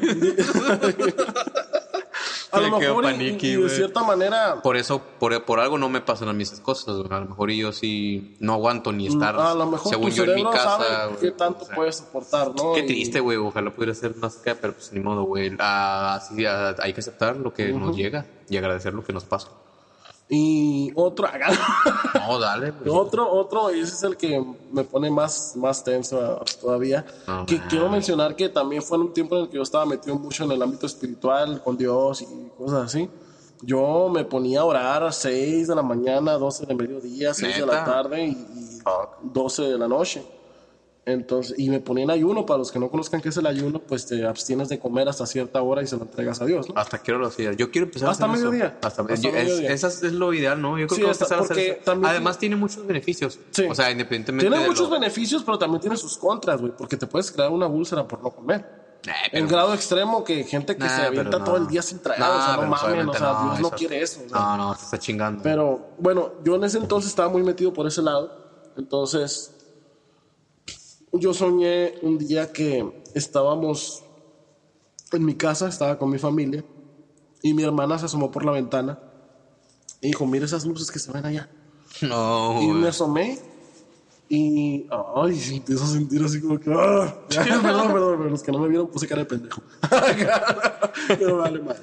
A lo me quedo mejor paniqui, y de güey. cierta manera, Por eso, por algo no me pasan a mí esas cosas, güey. A lo mejor yo sí no aguanto ni estar, a lo mejor según tu yo, en mi cerebro casa, sabe güey. qué tanto O sea, puedes soportar, ¿no? Qué Y- triste, güey. Ojalá pudiera ser más acá, pero pues ni modo, güey. Hay que aceptar lo que nos llega y agradecer lo que nos pasa. Y otro, No, dale, güey. otro, ese es el que me pone más tenso todavía. No, Que man. quiero mencionar que también fue en un tiempo en el que yo estaba metido mucho en el ámbito espiritual, con Dios y cosas así. Yo me ponía a orar a 6 de la mañana, 12 de mediodía, 6 de la ¿Neta? tarde y Fuck. 12 de la noche. Entonces, y me ponía en ayuno. Para los que no conozcan qué es el ayuno, pues te abstienes de comer hasta cierta hora y se lo entregas a Dios, ¿no? ¿Hasta qué hora lo hacía? Yo quiero empezar Hasta a hacer mediodía. eso. Hasta Hasta mediodía. Esa es lo ideal, ¿no? Yo creo Sí, que voy a hasta- empezar a hacer porque eso. también Además, tiene muchos beneficios. Sí. O sea, independientemente Tiene de muchos lo... beneficios, pero también tiene sus contras, güey, porque te puedes crear una úlcera por no comer. pero- En grado extremo que gente que Nah, se avienta pero no. todo el día sin tragar, Nah, o sea, no pero mames, o obviamente sea, no, Dios no eso- quiere eso. o sea. No, te está chingando. Pero bueno, yo en ese entonces estaba muy metido por ese lado, entonces yo soñé un día que estábamos en mi casa, estaba con mi familia, y mi hermana se asomó por la ventana y dijo, mira esas luces que se ven allá. No, Y me güey. asomé y, ay, sí, empiezo a sentir así como que, perdón, pero los que no me vieron puse cara de pendejo. Pero vale, madre.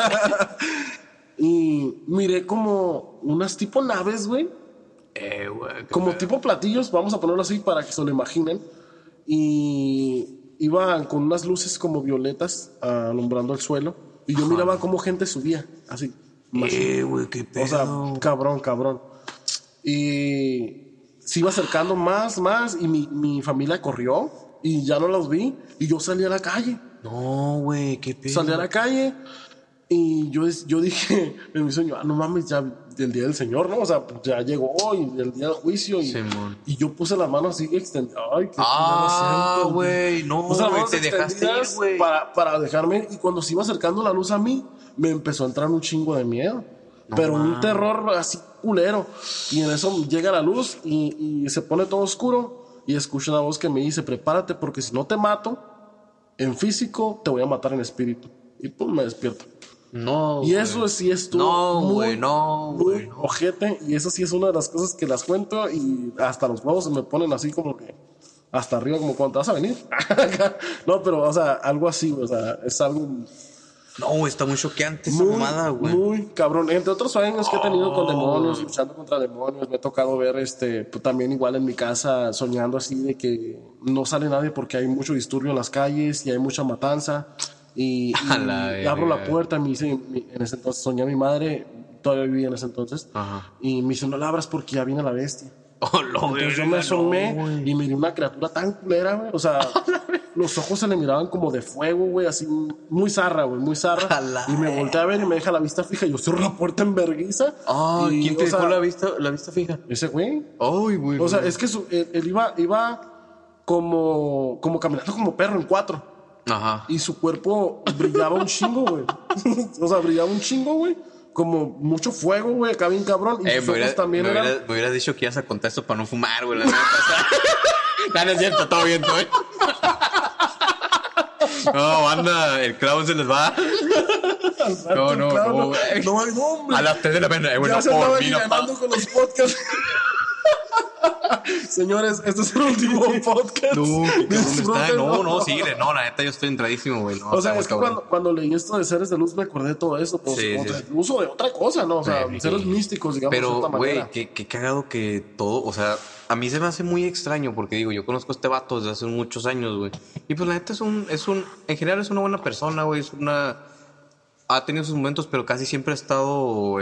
Y miré como unas tipo naves, güey, Güey. qué como pedo. tipo platillos, vamos a ponerlo así para que se lo imaginen. Y iban con unas luces como violetas alumbrando el suelo. Y yo miraba cómo gente subía, así. Güey, qué pedo. O sea, cabrón. Y se iba acercando más, y mi familia corrió y ya no los vi. Y yo salí a la calle. No, güey, qué pedo. Salí a la calle y yo dije en mi sueño, no mames, ya el día del Señor, ¿no? O sea, pues ya llegó y el día del juicio. Simón. Y yo puse la mano así extendida. Ay, qué Güey, no, Puse las güey, manos te dejaste ir, extendidas güey. para dejarme. Y cuando se iba acercando la luz a mí, me empezó a entrar un chingo de miedo. Pero un terror así culero. Y en eso llega la luz y se pone todo oscuro. Y escucho una voz que me dice, prepárate porque si no te mato en físico, te voy a matar en espíritu. Y pum, me despierto. No, Y güey. eso sí estuvo No, muy, güey, no, muy güey, no. ojete. Y eso sí es una de las cosas que las cuento y hasta los huevos se me ponen así como que hasta arriba, como cuando te vas a venir. No, pero, o sea, algo así, o sea, es algo No, está muy choqueante esa mamada, güey. muy cabrón. Entre otros sueños que he tenido con demonios, luchando contra demonios, me ha tocado ver pues, también igual en mi casa soñando así de que no sale nadie porque hay mucho disturbio en las calles y hay mucha matanza. Y A la abro la verga. puerta, me dice, en ese entonces soñé a mi madre, todavía vivía en ese entonces, Ajá. y me dice, no la abras porque ya viene la bestia. Oh, lo Entonces yo verga, me asomé no, güey. y miré una criatura tan culera, güey. O sea, los ojos se le miraban como de fuego, güey, así muy zarra, güey, muy zarra. A la Y me volteé a ver y me deja la vista fija. Yo cierro la puerta en vergüenza. y, ¿quién te o dejó sea, la vista fija? ese güey. Ay, güey. O sea, es que él iba como caminando como perro en cuatro. Ajá. Y su cuerpo brillaba un chingo, güey. O sea, brillaba un chingo, güey. Como mucho fuego, güey, acá bien cabrón. Y sus ojos también eran... me hubieras dicho que ibas a contar esto para no fumar, güey. La neta, o sea. No, no es cierto, todo bien, güey. No, banda, el clavo se les va. No, güey. No, hombre. A las 3 de la mañana, bueno, Ya se por andaban mí, no, ganando con los podcasts. Señores, este es el último podcast. No, qué cabrón está. Disfrútenlo. No, sí, no, la neta yo estoy entradísimo, güey. No, O sea, está es que muy cabrón. cuando leí esto de seres de luz me acordé de todo eso, pues, Sí, como sí. del uso de otra cosa, ¿no? O sea, Sí. seres místicos, digamos, de Pero, cierta manera. güey, qué cagado que todo, o sea, a mí se me hace muy extraño porque digo, yo conozco a este vato desde hace muchos años, güey. Y pues la neta en general es una buena persona, güey, ha tenido sus momentos, pero casi siempre ha estado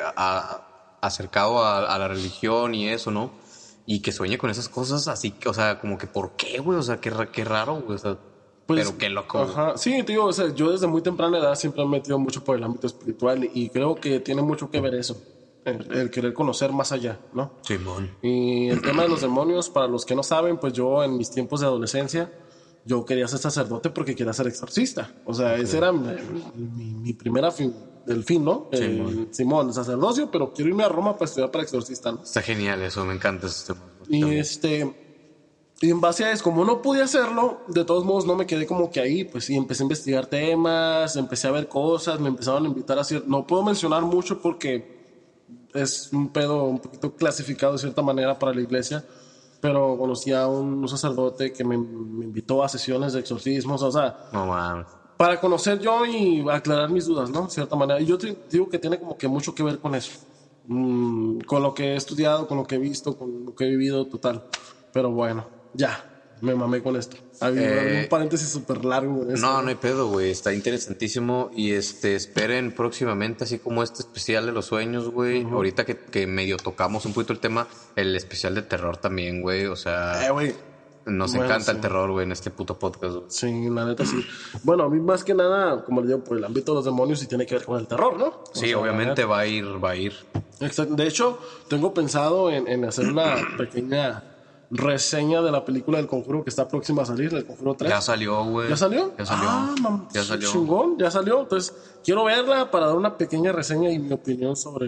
acercado a la religión y eso, ¿no? Y que sueñe con esas cosas así, o sea, como que ¿por qué, güey? O sea, qué raro, güey, o sea, Pues, pero qué loco, güey. Ajá. Sí, te digo, o sea, yo desde muy temprana edad siempre me he metido mucho por el ámbito espiritual y creo que tiene mucho que ver eso, el querer conocer más allá, ¿no? Simón. Y el tema de los demonios, para los que no saben, pues yo en mis tiempos de adolescencia, yo quería ser sacerdote porque quería ser exorcista. O sea, ese era mi primera el fin, ¿no? Simón, el sacerdocio, pero quiero irme a Roma para estudiar para exorcista, ¿no? Está genial eso, me encanta ese tema. Y También. y en base a eso, como no pude hacerlo, de todos modos no me quedé como que ahí, pues sí, empecé a investigar temas, empecé a ver cosas, me empezaron a invitar a hacer, no puedo mencionar mucho porque es un pedo un poquito clasificado de cierta manera para la iglesia, pero conocí a un sacerdote que me invitó a sesiones de exorcismos, o sea, No mames. para conocer yo y aclarar mis dudas, ¿no? De cierta manera. Y yo te digo que tiene como que mucho que ver con eso. Con lo que he estudiado, con lo que he visto, con lo que he vivido, total. Pero bueno, ya, me mamé con esto. Había un paréntesis súper largo. En esto, No hay pedo, güey. Está interesantísimo. Y esperen próximamente, así como este especial de los sueños, güey. Ahorita que medio tocamos un poquito el tema, el especial de terror también, güey. O sea, güey. nos Bueno, encanta sí. el terror, güey, en este puto podcast, güey. Sí, la neta sí. Bueno, a mí más que nada, como le digo, por el ámbito de los demonios y tiene que ver con el terror, ¿no? O Sí, sea, obviamente va a ir. Exacto. De hecho, tengo pensado en hacer una pequeña reseña de la película del Conjuro que está próxima a salir, el Conjuro 3. Ya salió, güey. ¿Ya salió? Ya salió. Ya salió. Chingón, ya salió. Entonces, quiero verla para dar una pequeña reseña y mi opinión sobre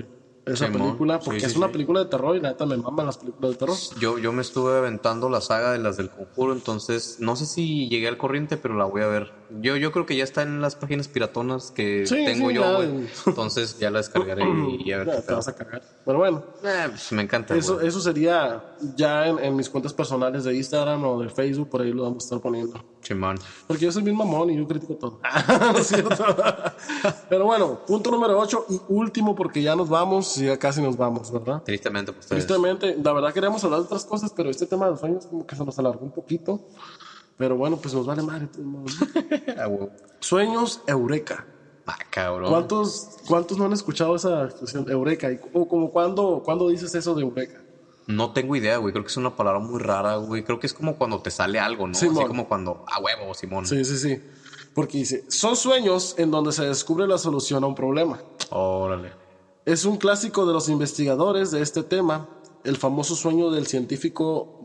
esa Simón. película, porque Sí, es sí, una sí. película de terror y la neta me maman las películas de terror. Yo me estuve aventando la saga de las del Conjuro, entonces no sé si llegué al corriente, pero la voy a ver. Yo creo que ya está en las páginas piratonas que Sí, tengo sí, yo, ya. güey. Entonces ya la descargaré y a ver Ya qué te pedo. vas a cagar. Pero bueno, Pues me encanta, eso, güey. eso sería ya en mis cuentas personales de Instagram o de Facebook, por ahí lo vamos a estar poniendo. Chimán. Porque yo soy bien mamón y yo critico todo. No es cierto. Pero bueno, punto número 8 y último, porque ya nos vamos, ya casi nos vamos, ¿verdad? Tristemente por ustedes. Tristemente, la verdad queríamos hablar de otras cosas, pero este tema de los sueños como que se nos alargó un poquito. Pero bueno, pues nos vale madre. Ah, güey. Sueños Eureka. Ah, cabrón. ¿Cuántos no han escuchado esa expresión Eureka? O como cuando dices eso de Eureka. No tengo idea, güey. Creo que es una palabra muy rara, güey. Creo que es como cuando te sale algo, ¿no? Simón. Así como cuando, huevo, Simón. Sí, sí, sí. Porque dice, son sueños en donde se descubre la solución a un problema. Órale. Es un clásico de los investigadores de este tema, el famoso sueño del científico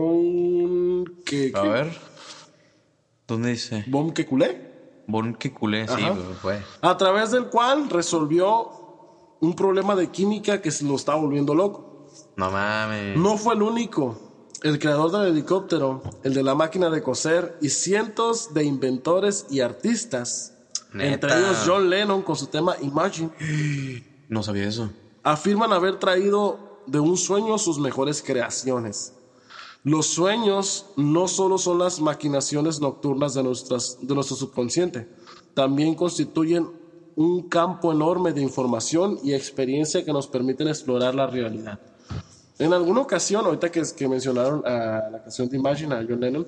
A ver. ¿Dónde dice? Von Kekulé, Bon que culé, sí, Ajá. güey. a través del cual resolvió un problema de química que se lo estaba volviendo loco. No mames. No fue el único. El creador del helicóptero, el de la máquina de coser y cientos de inventores y artistas, Neta. entre ellos John Lennon con su tema Imagine, No sabía eso. afirman haber traído de un sueño sus mejores creaciones. Los sueños no solo son las maquinaciones nocturnas de nuestro subconsciente, también constituyen un campo enorme de información y experiencia que nos permiten explorar la realidad. En alguna ocasión, ahorita que mencionaron a la canción de Imagine, a John Lennon,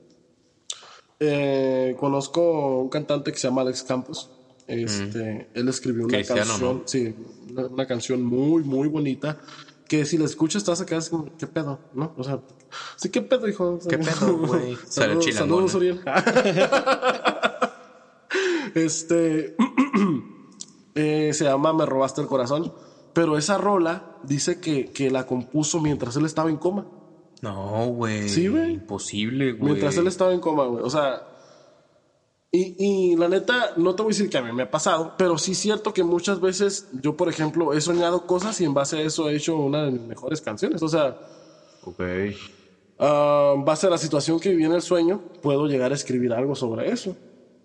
conozco un cantante que se llama Alex Campos. Él escribió una Cristiano, canción, ¿no? sí, una canción muy, muy bonita, que si la escuchas te vas a quedar así como, ¿qué pedo? ¿No? O sea, sí, ¿qué pedo, hijo? ¿Qué pedo, güey? Sale Saludos, chilangón, saludos, Uriel. Se llama Me robaste el corazón, pero esa rola dice que la compuso mientras él estaba en coma. No, güey. Sí, güey. Imposible, güey. Mientras él estaba en coma, güey. O sea, y la neta, no te voy a decir que a mí me ha pasado, pero sí es cierto que muchas veces yo, por ejemplo, he soñado cosas y en base a eso he hecho una de mis mejores canciones. O sea, Ok. en base a la situación que viví en el sueño, puedo llegar a escribir algo sobre eso.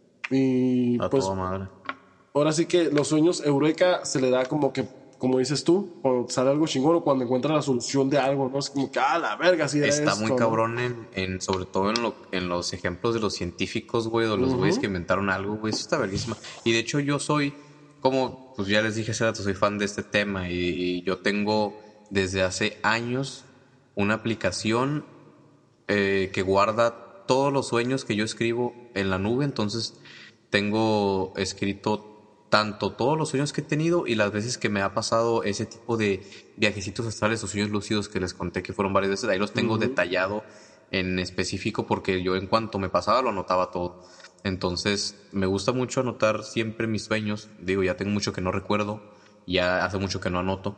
Y A pues, toda madre. ahora sí que los sueños Eureka se le da como que, como dices tú, cuando sale algo chingón o cuando encuentra la solución de algo, ¿no? Es como que, la verga, sí era Está esto, muy ¿no? cabrón sobre todo en los ejemplos de los científicos, güey, o los güeyes que inventaron algo, güey. Eso está verguísima. Y de hecho yo soy, como pues ya les dije hace rato, soy fan de este tema y yo tengo desde hace años una aplicación que guarda todos los sueños que yo escribo en la nube. Entonces tengo escrito tanto todos los sueños que he tenido y las veces que me ha pasado ese tipo de viajecitos astrales o sueños lúcidos que les conté que fueron varias veces. Ahí los tengo detallado en específico porque yo en cuanto me pasaba lo anotaba todo. Entonces me gusta mucho anotar siempre mis sueños. Digo, ya tengo mucho que no recuerdo, ya hace mucho que no anoto,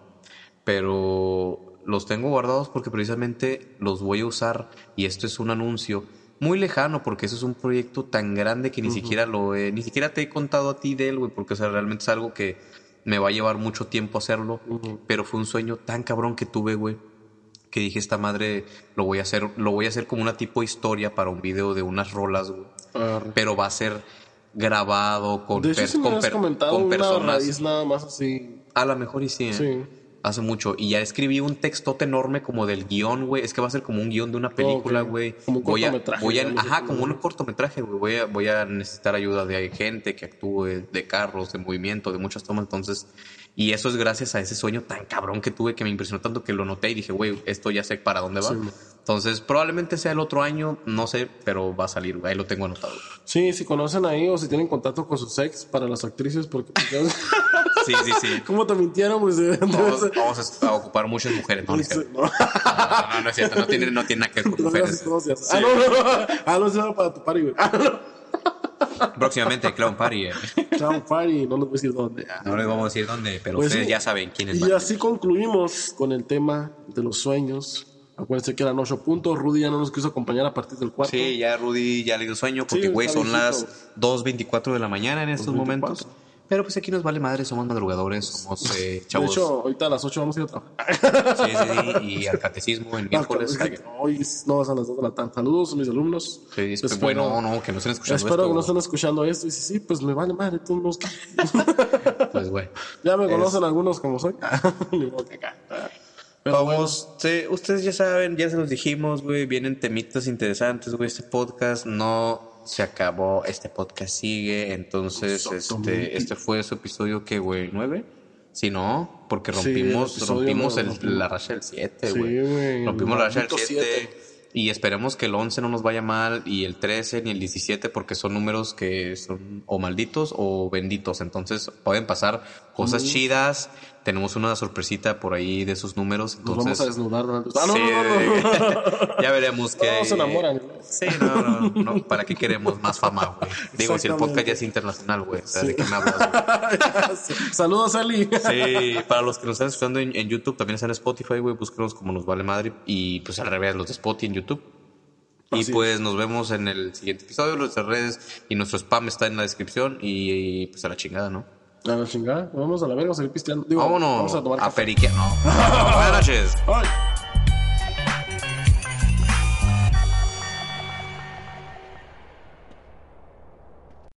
pero los tengo guardados porque precisamente los voy a usar y esto es un anuncio muy lejano porque eso es un proyecto tan grande que ni siquiera ni siquiera te he contado a ti de él, güey, porque o sea, realmente es algo que me va a llevar mucho tiempo hacerlo, pero fue un sueño tan cabrón que tuve, güey, que dije, esta madre lo voy a hacer como una tipo historia para un video de unas rolas, güey. Pero va a ser grabado con, De hecho, si me habías comentado con una personas. raíz nada más así. A lo mejor y sí, ¿eh? Sí. Hace mucho. Y ya escribí un textote enorme como del guión, güey. Es que va a ser como un guión de una película, Ok. güey. Como un cortometraje, digamos, Ajá, así, como ¿no? un cortometraje, güey. Voy a necesitar ayuda de gente que actúe, de carros, de movimiento, de muchas tomas. Entonces, y eso es gracias a ese sueño tan cabrón que tuve que me impresionó tanto que lo noté y dije, güey, esto ya sé para dónde va. Sí. Entonces, probablemente sea el otro año, no sé, pero va a salir, güey. Ahí lo tengo anotado. Sí, si conocen ahí o si tienen contacto con sus ex para las actrices, porque Sí, sí, sí. ¿cómo te mintieron? Pues, Vamos a ocupar muchas mujeres. No, no es cierto. No. No es cierto. No tiene nada que ver con No, mujeres. no, no. Ah, no, eso era para tu party, güey. Próximamente Clown Party. Chao, party, no les voy a decir dónde. No les vamos a decir dónde, pero Pues ustedes sí. ya saben quiénes Y van. así concluimos con el tema de los sueños. Acuérdense que eran 8 puntos. Rudy ya no nos quiso acompañar a partir del cuarto. Sí, ya Rudy ya le dio sueño porque, Sí, güey, está son viejito. las 2:24 de la mañana en estos 2:24. momentos. Pero pues aquí nos vale madre, somos madrugadores, somos chavos. De hecho, ahorita a las 8 vamos a ir a trabajar. Sí, y al catecismo el miércoles. Hoy no es a las 2 de la tarde. Saludos a mis alumnos. Sí, bueno, no, que no estén escuchando espero esto. que no estén escuchando esto. Y sí, pues me vale madre, tú no. Pues güey. Ya me conocen algunos como soy. Pero vamos, sí, ustedes ya saben, ya se los dijimos, güey, vienen temitas interesantes, güey, este podcast no se acabó, este podcast sigue, entonces, este fue su episodio, ¿qué, güey? ¿9? Si no, porque rompimos la racha del 7, güey. Sí, güey. Rompimos la racha del 7. Y esperemos que el 11 no nos vaya mal, y el 13 ni el 17, porque son números que son o malditos o benditos. Entonces pueden pasar cosas chidas. Tenemos una sorpresita por ahí de esos números. Entonces, nos vamos a desnudar. No. Ya veremos que... No se enamoran. Sí, no. ¿Para qué queremos más fama, güey? Digo, si el podcast ya es internacional, güey. O sea, ¿de qué me hablas, güey? Saludos, Eli. Sí, para los que nos están escuchando en YouTube, también está en Spotify, güey. Búsquenos como Nos Vale Madre. Y pues al revés, los de Spotify en YouTube. Y pues nos vemos en el siguiente episodio. Nuestras redes y nuestro spam está en la descripción. Y pues a la chingada, ¿no? A la chingada. Vamos a la verga a seguir pisteando. Vámonos vamos a tomar a periquear. No. Buenas noches. Bye.